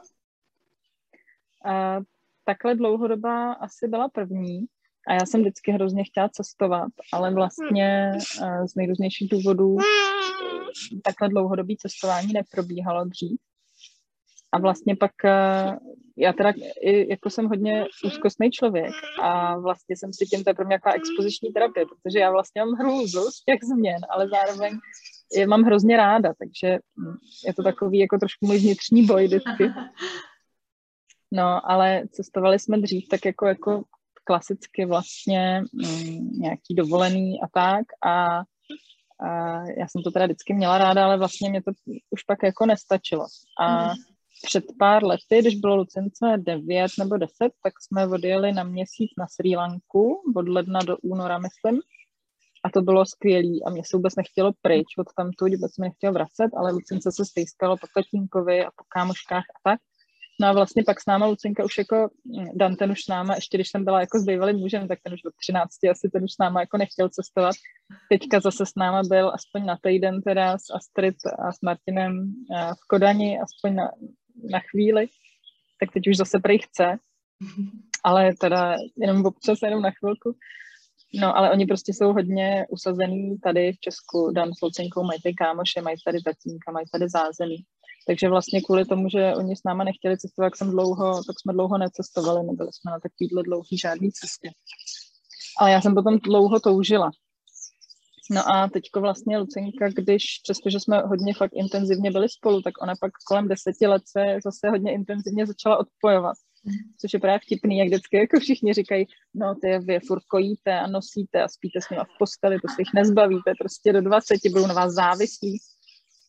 Takhle dlouhodobá asi byla první. A já jsem vždycky hrozně chtěla cestovat, ale vlastně z nejrůznějších důvodů takhle dlouhodobý cestování neprobíhalo dřív. A vlastně pak já teda jako jsem hodně úzkostný člověk a vlastně jsem si tím, to je pro mě taková expoziční terapie, protože já vlastně mám hrůzu z těch změn, ale zároveň je mám hrozně ráda, takže je to takový jako trošku můj vnitřní boj vždycky. No, ale cestovali jsme dřív tak jako klasicky vlastně nějaký dovolený a tak a já jsem to teda vždycky měla ráda, ale vlastně mě to už pak jako nestačilo. A před pár lety, když bylo Lucence 9 nebo 10, tak jsme odjeli na měsíc na Srí Lanku, od ledna do února, myslím. A to bylo skvělý a mě se vůbec nechtělo pryč od tamtud, vůbec mě nechtělo vracet, ale Lucence se stejskalo po tatínkovi a po kámoškách a tak. No a vlastně pak s náma Lucinka už jako, Dan ten už s náma, ještě když jsem byla jako s bývalým mužem, tak ten už od 13 asi ten už s náma jako nechtěl cestovat. Teďka zase s náma byl aspoň na týden teda s Astrid a s Martinem v Kodani, aspoň na chvíli. Tak teď už zase prej chce, ale teda jenom občas, jenom na chvilku. No, ale oni prostě jsou hodně usazený tady v Česku. Dan s Lucinkou mají tady kámoše, mají tady tatínka, mají tady zázemí. Takže vlastně kvůli tomu, že oni s náma nechtěli cestovat, tak jsme dlouho necestovali, nebyli jsme na takovýhle dlouhý žádný cestě. Ale já jsem potom dlouho toužila. No a teďko vlastně Lucinka, přestože jsme hodně fakt intenzivně byli spolu, tak ona pak kolem 10 let se zase hodně intenzivně začala odpojovat. Což je právě vtipný, jak vždycky jako všichni říkají, no ty vy furt kojíte a nosíte a spíte s nimi v posteli, to se jich nezbavíte, prostě do 20 budou na vás závislí.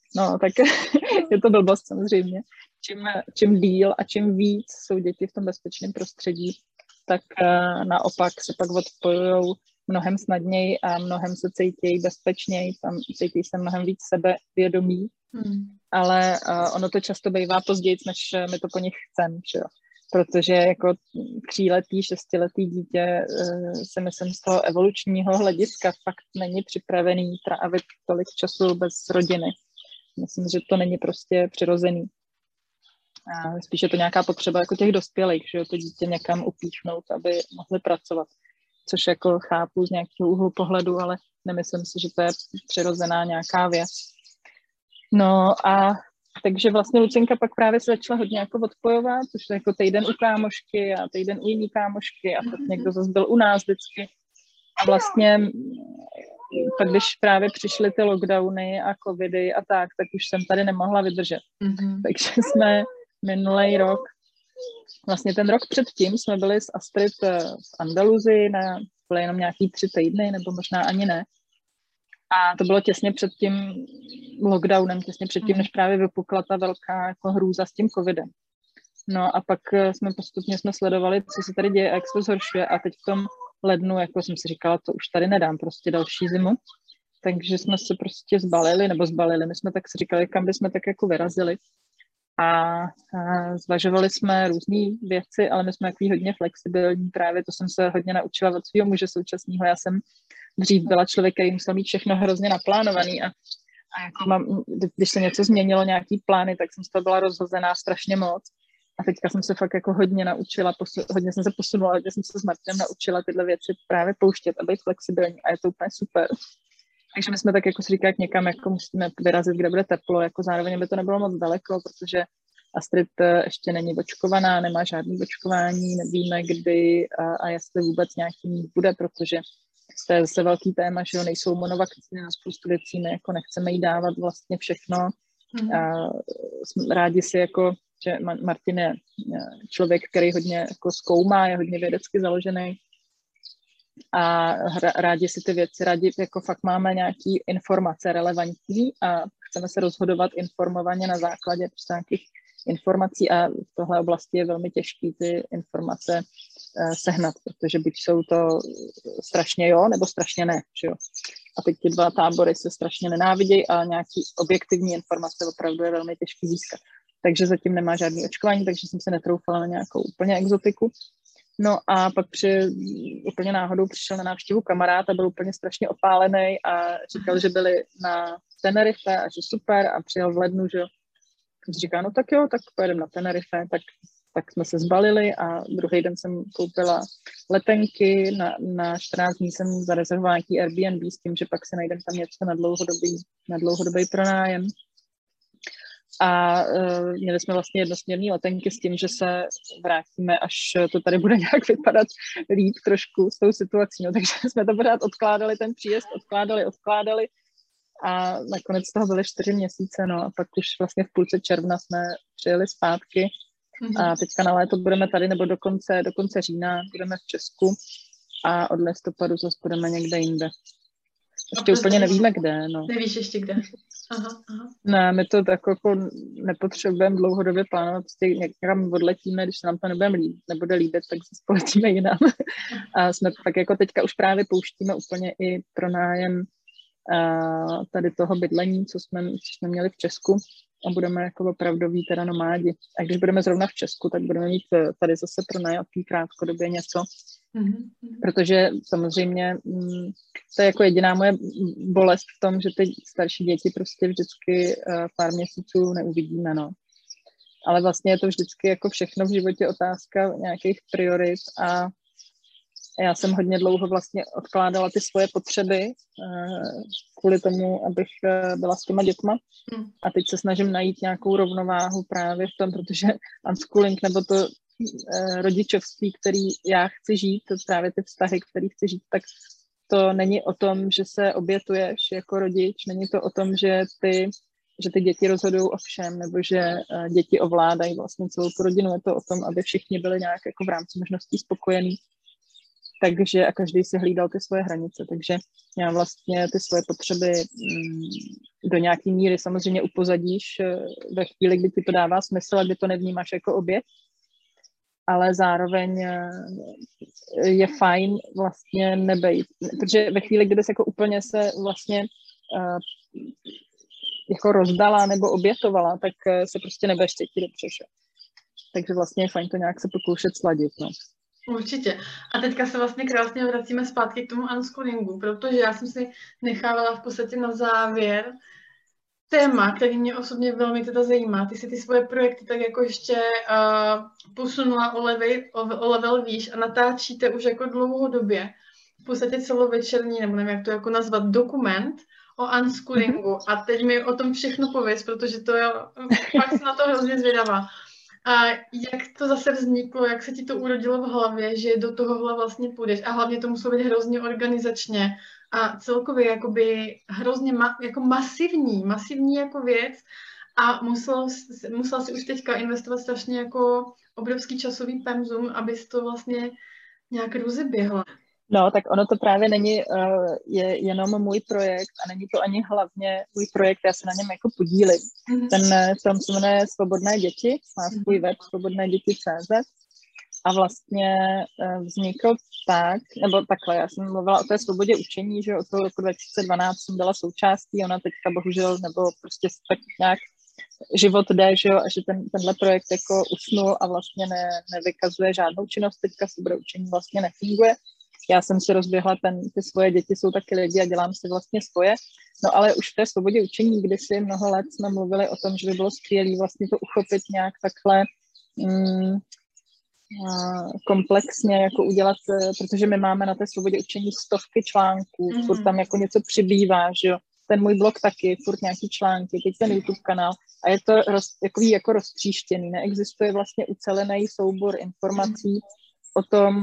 No, tak je to blbost samozřejmě. Čím díl a čím víc jsou děti v tom bezpečném prostředí, tak naopak se pak odpojují mnohem snadněji a mnohem se cítí bezpečněji, tam cítí se mnohem víc sebevědomí, ale ono to často bývá později, než my to po nich chceme, že jo. Protože jako 3letý, 6letý dítě si myslím z toho evolučního hlediska fakt není připravený trávit tolik času bez rodiny. Myslím, že to není prostě přirozený. Spíš je to nějaká potřeba jako těch dospělých, že jo, to dítě někam upíchnout, aby mohli pracovat. Což jako chápu z nějakého úhlu pohledu, ale nemyslím si, že to je přirozená nějaká věc. No a takže vlastně Lucinka pak právě se začala hodně jako odpojovat, což je jako týden u kámošky a týden u jiný kámošky a tak někdo zase byl u nás vždycky. A vlastně pak když právě přišly ty lockdowny a covidy a tak už jsem tady nemohla vydržet. Takže jsme minulý rok, vlastně ten rok předtím jsme byli s Astrid v Andaluzii, byly jenom nějaký 3 týdny, nebo možná ani ne. A to bylo těsně před tím lockdownem, těsně předtím, než právě vypukla ta velká jako hrůza s tím covidem. No a pak jsme postupně sledovali, co se tady děje a jak se to zhoršuje a teď v tom lednu, jako jsem si říkala, to už tady nedám prostě další zimu. Takže jsme se prostě zbalili, my jsme tak si říkali, kam bychom tak jako vyrazili. A zvažovali jsme různé věci, ale my jsme takový hodně flexibilní, právě to jsem se hodně naučila od svého muže současného. Já jsem dřív byla člověk, který musel mít všechno hrozně naplánovaný a jako když se něco změnilo, nějaký plány, tak jsem z toho byla rozhozená strašně moc. A teďka jsem se fakt jako hodně naučila, hodně jsem se posunula, hodně jsem se s Martinem naučila tyhle věci právě pouštět a být flexibilní a je to úplně super. Takže my jsme tak jako si říkali, někam jako musíme vyrazit, kde bude teplo, jako zároveň by to nebylo moc daleko, protože Astrid ještě není očkovaná, nemá žádný očkování, nevíme kdy a jestli vůbec nějaký mít bude, protože to je zase velký téma, že jo, nejsou monovakcíny na spoustu věcí, my jako nechceme jí dávat vlastně všechno. Rádi si jako, že Martin je člověk, který hodně jako zkoumá, je hodně vědecky založený a rádi si ty věci, rádi jako fakt máme nějaký informace relevantní a chceme se rozhodovat informovaně na základě prostě nějakých informací a v tohle oblasti je velmi těžké ty informace sehnat, protože buď jsou to strašně jo, nebo strašně ne, že jo. A teď ty dva tábory se strašně nenávidějí a nějaký objektivní informace opravdu je velmi těžký získat. Takže zatím nemá žádný očkování, takže jsem se netroufala na nějakou úplně exotiku. No a pak úplně náhodou přišel na návštěvu kamarád a byl úplně strašně opálený a říkal, že byli na Tenerife a že super a přijel v lednu, že jo. Jsem si říkala, no tak jo, tak pojedeme na Tenerife, tak jsme se zbalili a druhý den jsem koupila letenky, na 14 dní jsem zarezervovala nějaký Airbnb s tím, že pak si najdem tam něco na dlouhodobý pronájem. A měli jsme vlastně jednosměrné letenky s tím, že se vrátíme, až to tady bude nějak vypadat líp trošku s tou situací. No, takže jsme to pořád odkládali, ten příjezd odkládali a nakonec toho byly 4 měsíce, no a pak už vlastně v půlce června jsme přijeli zpátky a teďka na léto budeme tady, nebo do konce října budeme v Česku a od listopadu zase budeme někde jinde. Ještě úplně nevíme kde, no. Nevíš ještě kde? Aha. Ne, my to tak jako nepotřebujeme dlouhodobě plánovat, prostě někam odletíme, když se nám to nebude líbit, tak se spoletíme jinam. A jsme tak jako teďka už právě pouštíme úplně i pronájem tady toho bydlení, co jsme měli v Česku a budeme jako opravdoví teda nomádi. A když budeme zrovna v Česku, tak budeme mít tady zase pronajatý krátkodobě něco. Protože samozřejmě to je jako jediná moje bolest v tom, že ty starší děti prostě vždycky pár měsíců neuvidíme, no. Ale vlastně je to vždycky jako všechno v životě otázka nějakých priorit a já jsem hodně dlouho vlastně odkládala ty svoje potřeby kvůli tomu, abych byla s těma dětma a teď se snažím najít nějakou rovnováhu právě v tom, protože unschooling nebo to rodičovství, který já chci žít, právě ty vztahy, který chci žít, tak to není o tom, že se obětuješ jako rodič, není to o tom, že ty děti rozhodují o všem, nebo že děti ovládají vlastně celou tu rodinu, je to o tom, aby všichni byli nějak jako v rámci možností spokojení. takže a každý si hlídal ty svoje hranice, takže já vlastně ty svoje potřeby do nějaký míry samozřejmě upozadíš ve chvíli, kdy ti to dává smysl a kdy to nevnímáš jako oběť, ale zároveň je fajn vlastně nebejt, protože ve chvíli, kdy jsi jako úplně se vlastně jako rozdala nebo obětovala, tak se prostě nebudeš cítit dobře. Takže vlastně je fajn to nějak se pokoušet sladit, no. Určitě. A teďka se vlastně krásně vracíme zpátky k tomu unschoolingu, protože já jsem si nechávala v podstatě na závěr téma, který mě osobně velmi teda zajímá. Ty si ty svoje projekty tak jako ještě posunula o level výš a natáčíte už jako dlouhodobě v podstatě celovečerní, nebo nevím, jak to jako nazvat, dokument o unschoolingu. A teď mi o tom všechno pověz, protože to je, fakt jsem na to hrozně zvědavá. A jak to zase vzniklo, jak se ti to urodilo v hlavě, že do tohohle vlastně půjdeš a hlavně to muselo být hrozně organizačně a celkově jakoby hrozně jako masivní jako věc a musela si už teďka investovat strašně jako obrovský časový penzum, abys to vlastně nějak rozeběhla. No, tak ono to právě není jenom můj projekt a není to ani hlavně můj projekt, já se na něm jako podílím. Ten film se jmenuje Svobodné děti, má svůj web svobodnéděti.cz a vlastně vznikl tak, nebo takhle, já jsem mluvila o té svobodě učení, že od toho roku 2012 jsem byla součástí, ona teďka bohužel, nebo prostě tak nějak život jde, že jo, a že tenhle projekt jako usnul a vlastně nevykazuje žádnou činnost, teďka svoboda učení vlastně nefunguje. Já jsem si rozběhla, ty svoje děti jsou taky lidi a dělám si vlastně svoje. No ale už v té svobodě učení, kdysi mnoho let jsme mluvili o tom, že by bylo skvělé vlastně to uchopit nějak takhle komplexně jako udělat, protože my máme na té svobodě učení stovky článků, furt tam jako něco přibývá, že jo. Ten můj blog taky, furt nějaký články, teď ten YouTube kanál a je to jako roztříštěný, neexistuje vlastně ucelený soubor informací o tom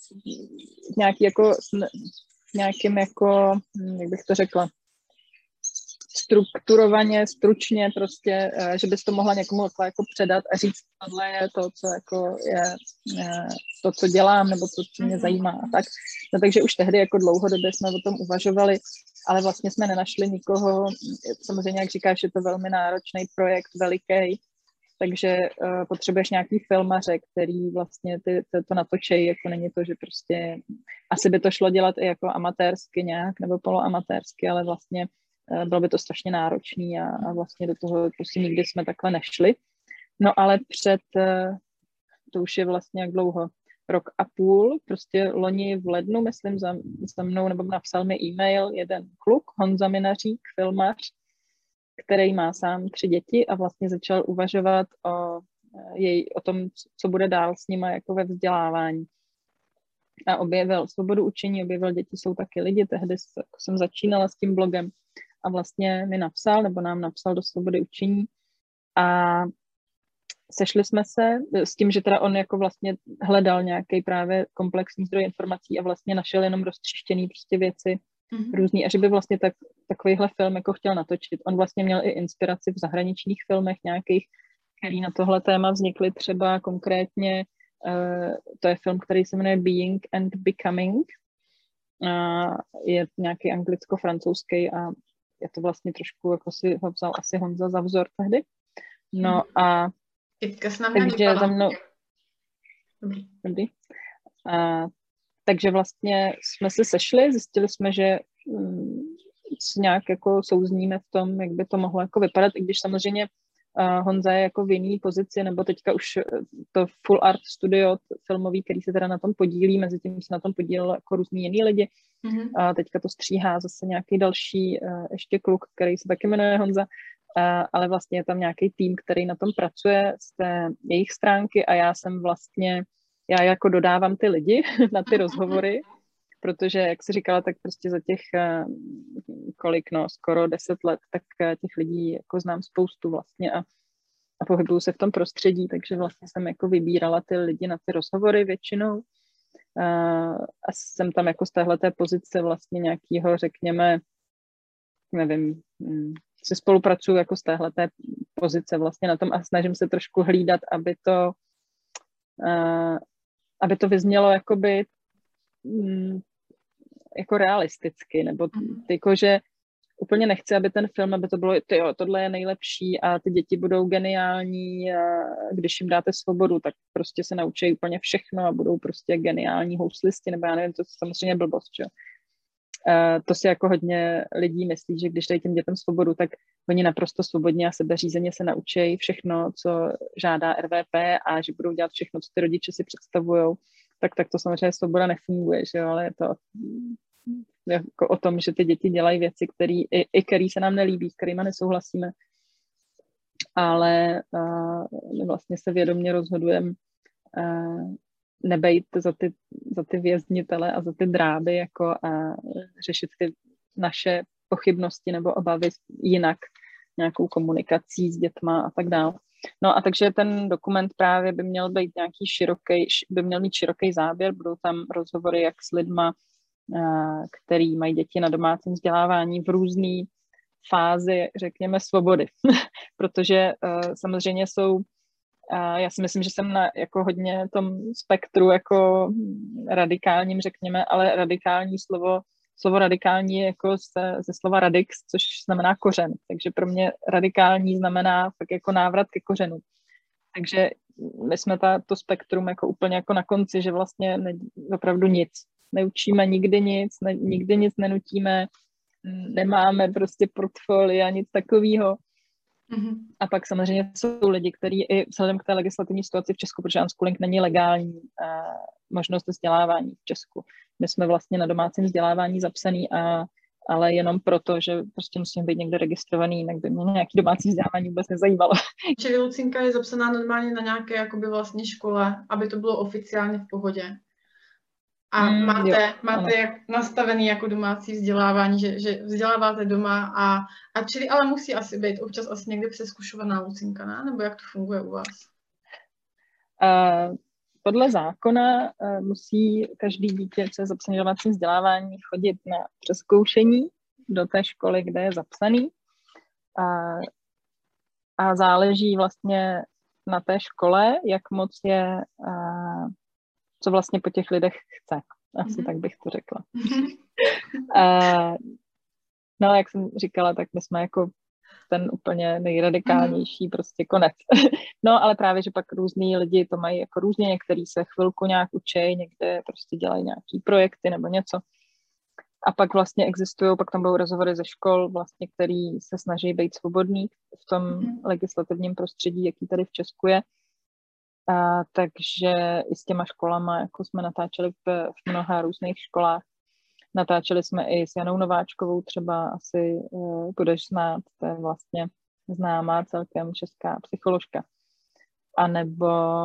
nějakým jako, jak bych to řekla, strukturovaně, stručně prostě, že bys to mohla někomu jako předat a říct, tohle je to, co jako je to, co dělám, nebo to, co mě zajímá a tak. No, takže už tehdy jako dlouhodobě jsme o tom uvažovali, ale vlastně jsme nenašli nikoho, samozřejmě, jak říkáš, je to velmi náročný projekt, veliký, takže potřebuješ nějaký filmaře, který vlastně to natočí, jako není to, že prostě asi by to šlo dělat i jako amatérsky nějak, nebo poloamatérsky, ale vlastně bylo by to strašně náročný a vlastně do toho prostě nikdy jsme takhle nešli. No ale to už je vlastně jak dlouho, rok a půl, prostě loni v lednu, myslím, za mnou, nebo napsal mi e-mail jeden kluk, Honza Minařík, filmař, který má sám 3 děti a vlastně začal uvažovat o tom, co bude dál s nima jako ve vzdělávání. A objevil svobodu učení, objevil Děti jsou taky lidi, tehdy jsem začínala s tím blogem a vlastně mi napsal, nebo nám napsal do Svobody učení a sešli jsme se s tím, že teda on jako vlastně hledal nějaký právě komplexní zdroj informací a vlastně našel jenom roztříštěný prostě věci různý a že by vlastně takovýhle film jako chtěl natočit. On vlastně měl i inspiraci v zahraničních filmech nějakých, který na tohle téma vznikly, třeba konkrétně to je film, který se jmenuje Being and Becoming. Je nějaký anglicko-francouzský a je to vlastně trošku, jako si ho vzal asi Honza za vzor tehdy. No a takže za mnou... Takže vlastně jsme se sešli, zjistili jsme, že nějak jako souzníme v tom, jak by to mohlo jako vypadat, i když samozřejmě Honza je jako v jiný pozici, nebo teďka už to Full Art Studio filmový, který se teda na tom podílí, mezi tím se na tom podílel jako různý jiný lidi. A teďka to stříhá zase nějaký další ještě kluk, který se taky jmenuje Honza, ale vlastně je tam nějaký tým, který na tom pracuje z té jejich stránky a já jako dodávám ty lidi na ty rozhovory, protože, jak jsi říkala, tak prostě za těch skoro 10 let, tak těch lidí jako znám spoustu vlastně a pohybuju se v tom prostředí, takže vlastně jsem jako vybírala ty lidi na ty rozhovory většinou a jsem tam jako z téhleté pozice vlastně nějakého, řekněme, nevím, si spolupracuju jako z téhleté pozice vlastně na tom a snažím se trošku hlídat, aby to vyznělo jakoby jako realisticky, nebo jako, že úplně nechci, aby ten film, aby to bylo, jo, tohle je nejlepší a ty děti budou geniální a když jim dáte svobodu, tak prostě se naučí úplně všechno a budou prostě geniální houslisti, nebo já nevím, to je samozřejmě blbost, že? To si jako hodně lidí myslí, že když dají těm dětem svobodu, tak oni naprosto svobodně a sebeřízeně se naučí všechno, co žádá RVP a že budou dělat všechno, co ty rodiče si představujou, tak to samozřejmě svoboda nefunguje, že jo, ale je to jako o tom, že ty děti dělají věci, který se nám nelíbí, s kterými nesouhlasíme, ale my vlastně se vědomě rozhodujeme nebejt za ty věznitele a za ty dráby jako a řešit ty naše pochybnosti nebo obavy jinak, nějakou komunikací s dětma a tak dále. No a takže ten dokument právě by měl být by měl mít široký záběr, budou tam rozhovory jak s lidma, který mají děti na domácím vzdělávání v různé fázi, řekněme, svobody. Protože samozřejmě jsou, já si myslím, že jsem na jako hodně tom spektru jako radikálním, řekněme, ale radikální slovo radikální je jako ze slova radix, což znamená kořen. Takže pro mě radikální znamená tak jako návrat ke kořenu. Takže my jsme to spektrum jako úplně jako na konci, že vlastně opravdu nic. Neučíme nikdy nic nenutíme, nemáme prostě portfolia, nic takového. Mm-hmm. A pak samozřejmě jsou lidi, kteří i vzhledem k té legislativní situaci v Česku, protože unschooling není legální možnost vzdělávání v Česku. My jsme vlastně na domácím vzdělávání zapsaný, ale jenom proto, že prostě musím být někde registrovaný, jinak by mě nějaký domácí vzdělávání vůbec nezajímalo. Čili Lucinka je zapsaná normálně na nějaké jakoby vlastně škole, aby to bylo oficiálně v pohodě. A máte jak nastavený jako domácí vzdělávání, že vzděláváte doma a čili ale musí asi být občas asi někde přeskušovaná Lucinka, ne? Nebo jak to funguje u vás? Podle zákona musí každý dítě, co je zapsané v domácím vzdělávání, chodit na přezkoušení do té školy, kde je zapsaný. A záleží vlastně na té škole, jak moc je, co vlastně po těch lidech chce. Asi tak bych to řekla. No, jak jsem říkala, tak my jsme jako ten úplně nejradikálnější prostě konec. No, ale právě, že pak různý lidi to mají jako různě, některý se chvilku nějak učí, někde prostě dělají nějaký projekty nebo něco. A pak vlastně pak tam budou rozhovory ze škol, vlastně, který se snaží být svobodný v tom legislativním prostředí, jaký tady v Česku je. Takže i s těma školama, jako jsme natáčeli v mnoha různých školách. Natáčeli jsme i s Janou Nováčkovou, třeba asi budeš znát, to je vlastně známá celkem česká psycholožka. A nebo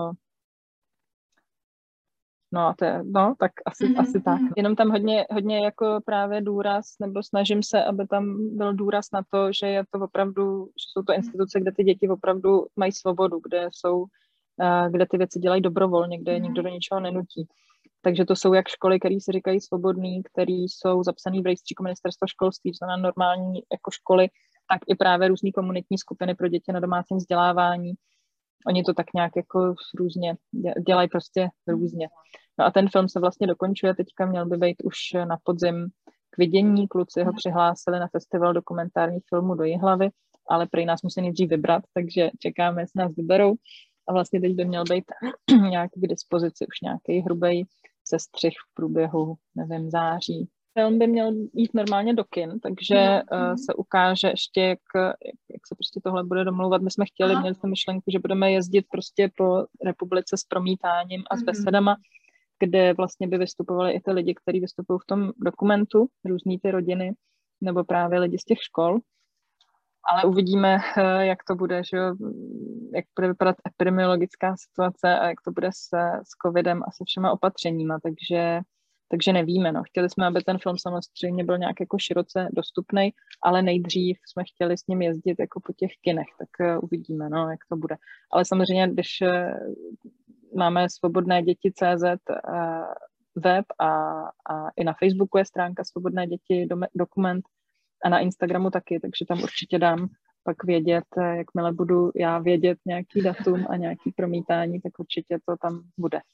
tak asi tak. Jenom tam hodně jako právě důraz, nebo snažím se, aby tam byl důraz na to, že je to opravdu, že jsou to instituce, kde ty děti opravdu mají svobodu, kde ty věci dělají dobrovolně, kde nikdo do ničeho nenutí. Takže to jsou jak školy, které se říkají svobodný, které jsou zapsané v rejstříku ministerstva školství, to znamená normální jako školy, tak i právě různý komunitní skupiny pro děti na domácím vzdělávání. Oni to tak nějak jako různě dělají prostě různě. No a ten film se vlastně dokončuje, teďka měl by být už na podzim k vidění, kluci ho přihlásili na festival dokumentárních filmů do Jihlavy, ale prý nás musí nejdřív vybrat, takže čekáme, jestli nás vyberou. A vlastně teď by měl být nějak k dispozici už nějaký hrubý sestřih v průběhu, nevím, září. Film by měl jít normálně do kin, takže se ukáže ještě, jak se prostě tohle bude domlouvat. My jsme měli jsme myšlenku, že budeme jezdit prostě po republice s promítáním a s besedama, kde vlastně by vystupovali i ty lidi, kteří vystupují v tom dokumentu, různý ty rodiny, nebo právě lidi z těch škol. Ale uvidíme, jak to bude, že jak bude vypadat epidemiologická situace a jak to bude s covidem a se všema opatřeníma, takže nevíme. No. Chtěli jsme, aby ten film samozřejmě byl nějak jako široce dostupný, ale nejdřív jsme chtěli s ním jezdit jako po těch kinech, tak uvidíme, no, jak to bude. Ale samozřejmě, když máme svobodné děti.cz web a i na Facebooku je stránka Svobodné děti dokument, a na Instagramu taky, takže tam určitě dám pak vědět, jakmile budu já vědět nějaký datum a nějaký promítání, tak určitě to tam bude.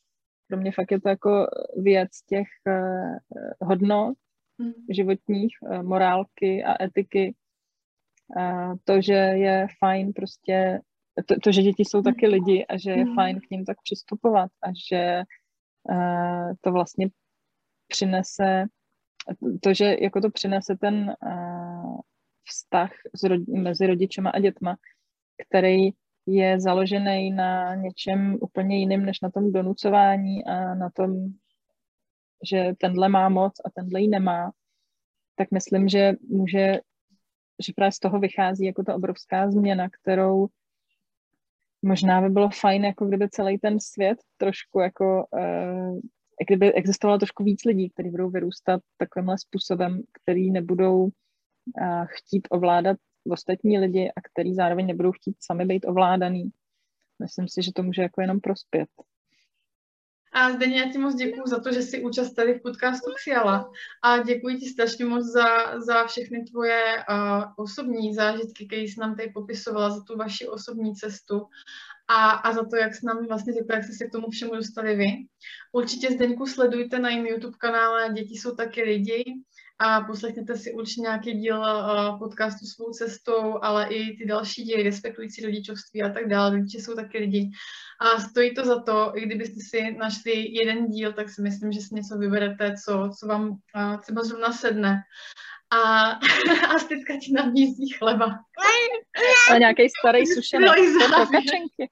Pro mě fakt je to jako věc těch hodnot životních, morálky a etiky. To, že je fajn prostě, to, že děti jsou taky lidi a že je fajn k ním tak přistupovat a že to vlastně přinese, to, že jako to přinese ten vztah mezi rodičema a dětma, který je založený na něčem úplně jiným, než na tom donucování a na tom, že tenhle má moc a tenhle ji nemá, tak myslím, že že právě z toho vychází jako ta obrovská změna, kterou možná by bylo fajn, jako kdyby celý ten svět trošku jako, kdyby existovalo trošku víc lidí, kteří budou vyrůstat takovýmhle způsobem, který nebudou chtít ovládat ostatní lidi a který zároveň nebudou chtít sami být ovládaný. Myslím si, že to může jako jenom prospět. A Zdeně, já ti moc děkuju za to, že jsi účast tady v podcastu přijala a děkuji ti strašně moc za všechny tvoje osobní zážitky, které jsi nám tady popisovala, za tu vaši osobní cestu a za to, jak jsi nám vlastně řekla, jak jste se k tomu všemu dostali vy. Určitě Zdeňku sledujte na jejím YouTube kanále Děti jsou taky lidi a poslechněte si určitě nějaký díl podcastu Svou cestou, ale i ty další díly Respektující rodičovství a tak dále. Rodiče jsou taky lidi. A stojí to za to, i kdybyste si našli jeden díl, tak si myslím, že si něco vyberete, co vám třeba zrovna sedne. A Stytka ti nabízí chleba. A nějaký starý sušený. To je pro kačenky.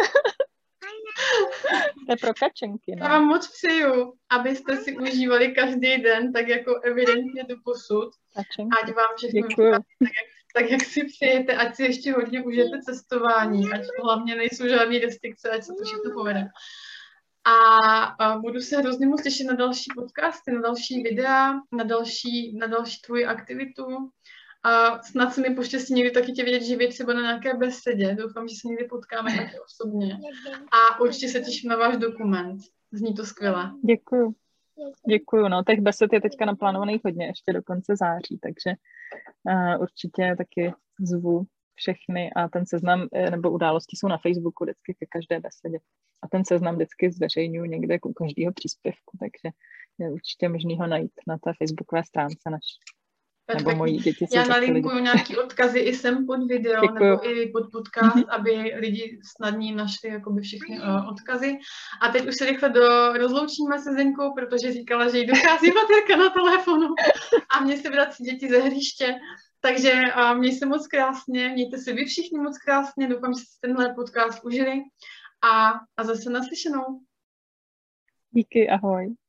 To je pro kačenky, no. Já vám moc přeju, abyste si užívali každý den, tak jako evidentně do posud. Kačenky. Ať vám všechno vychází tak, jak si přejete, ať si ještě hodně užijete cestování, ať hlavně nejsou žádné restrikce, ať se to všechno povede. A budu se hrozně moc těšit na další podcasty, na další videa, na další tvoji aktivitu. A snad se mi poštěstí někdy taky tě vidět živě třeba na nějaké besedě. Doufám, že se někdy potkáme taky osobně. A určitě se těším na váš dokument. Zní to skvěle. Děkuju, no. Těch besed je teďka naplánovaných hodně, ještě do konce září, takže určitě taky zvu všechny a ten seznam, nebo události jsou na Facebooku vždycky ke každé besedě. A ten seznam vždycky zveřejňuji někde u každého příspěvku, takže je určitě možný ho najít na té facebookové stránce naší. Nebo moji děti jsou já nalinkuju nějaký odkazy i sem pod video, nebo i pod podcast, aby lidi snadněji našli jakoby všechny odkazy. A teď už se rychle rozloučíme se Zdeňkou, protože říkala, že jí dochází baterka na telefonu a mě se vrací děti ze hřiště. Takže měj se moc krásně, mějte se vy všichni moc krásně, doufám, že jste tenhle podcast užili a zase naslyšenou. Díky, ahoj.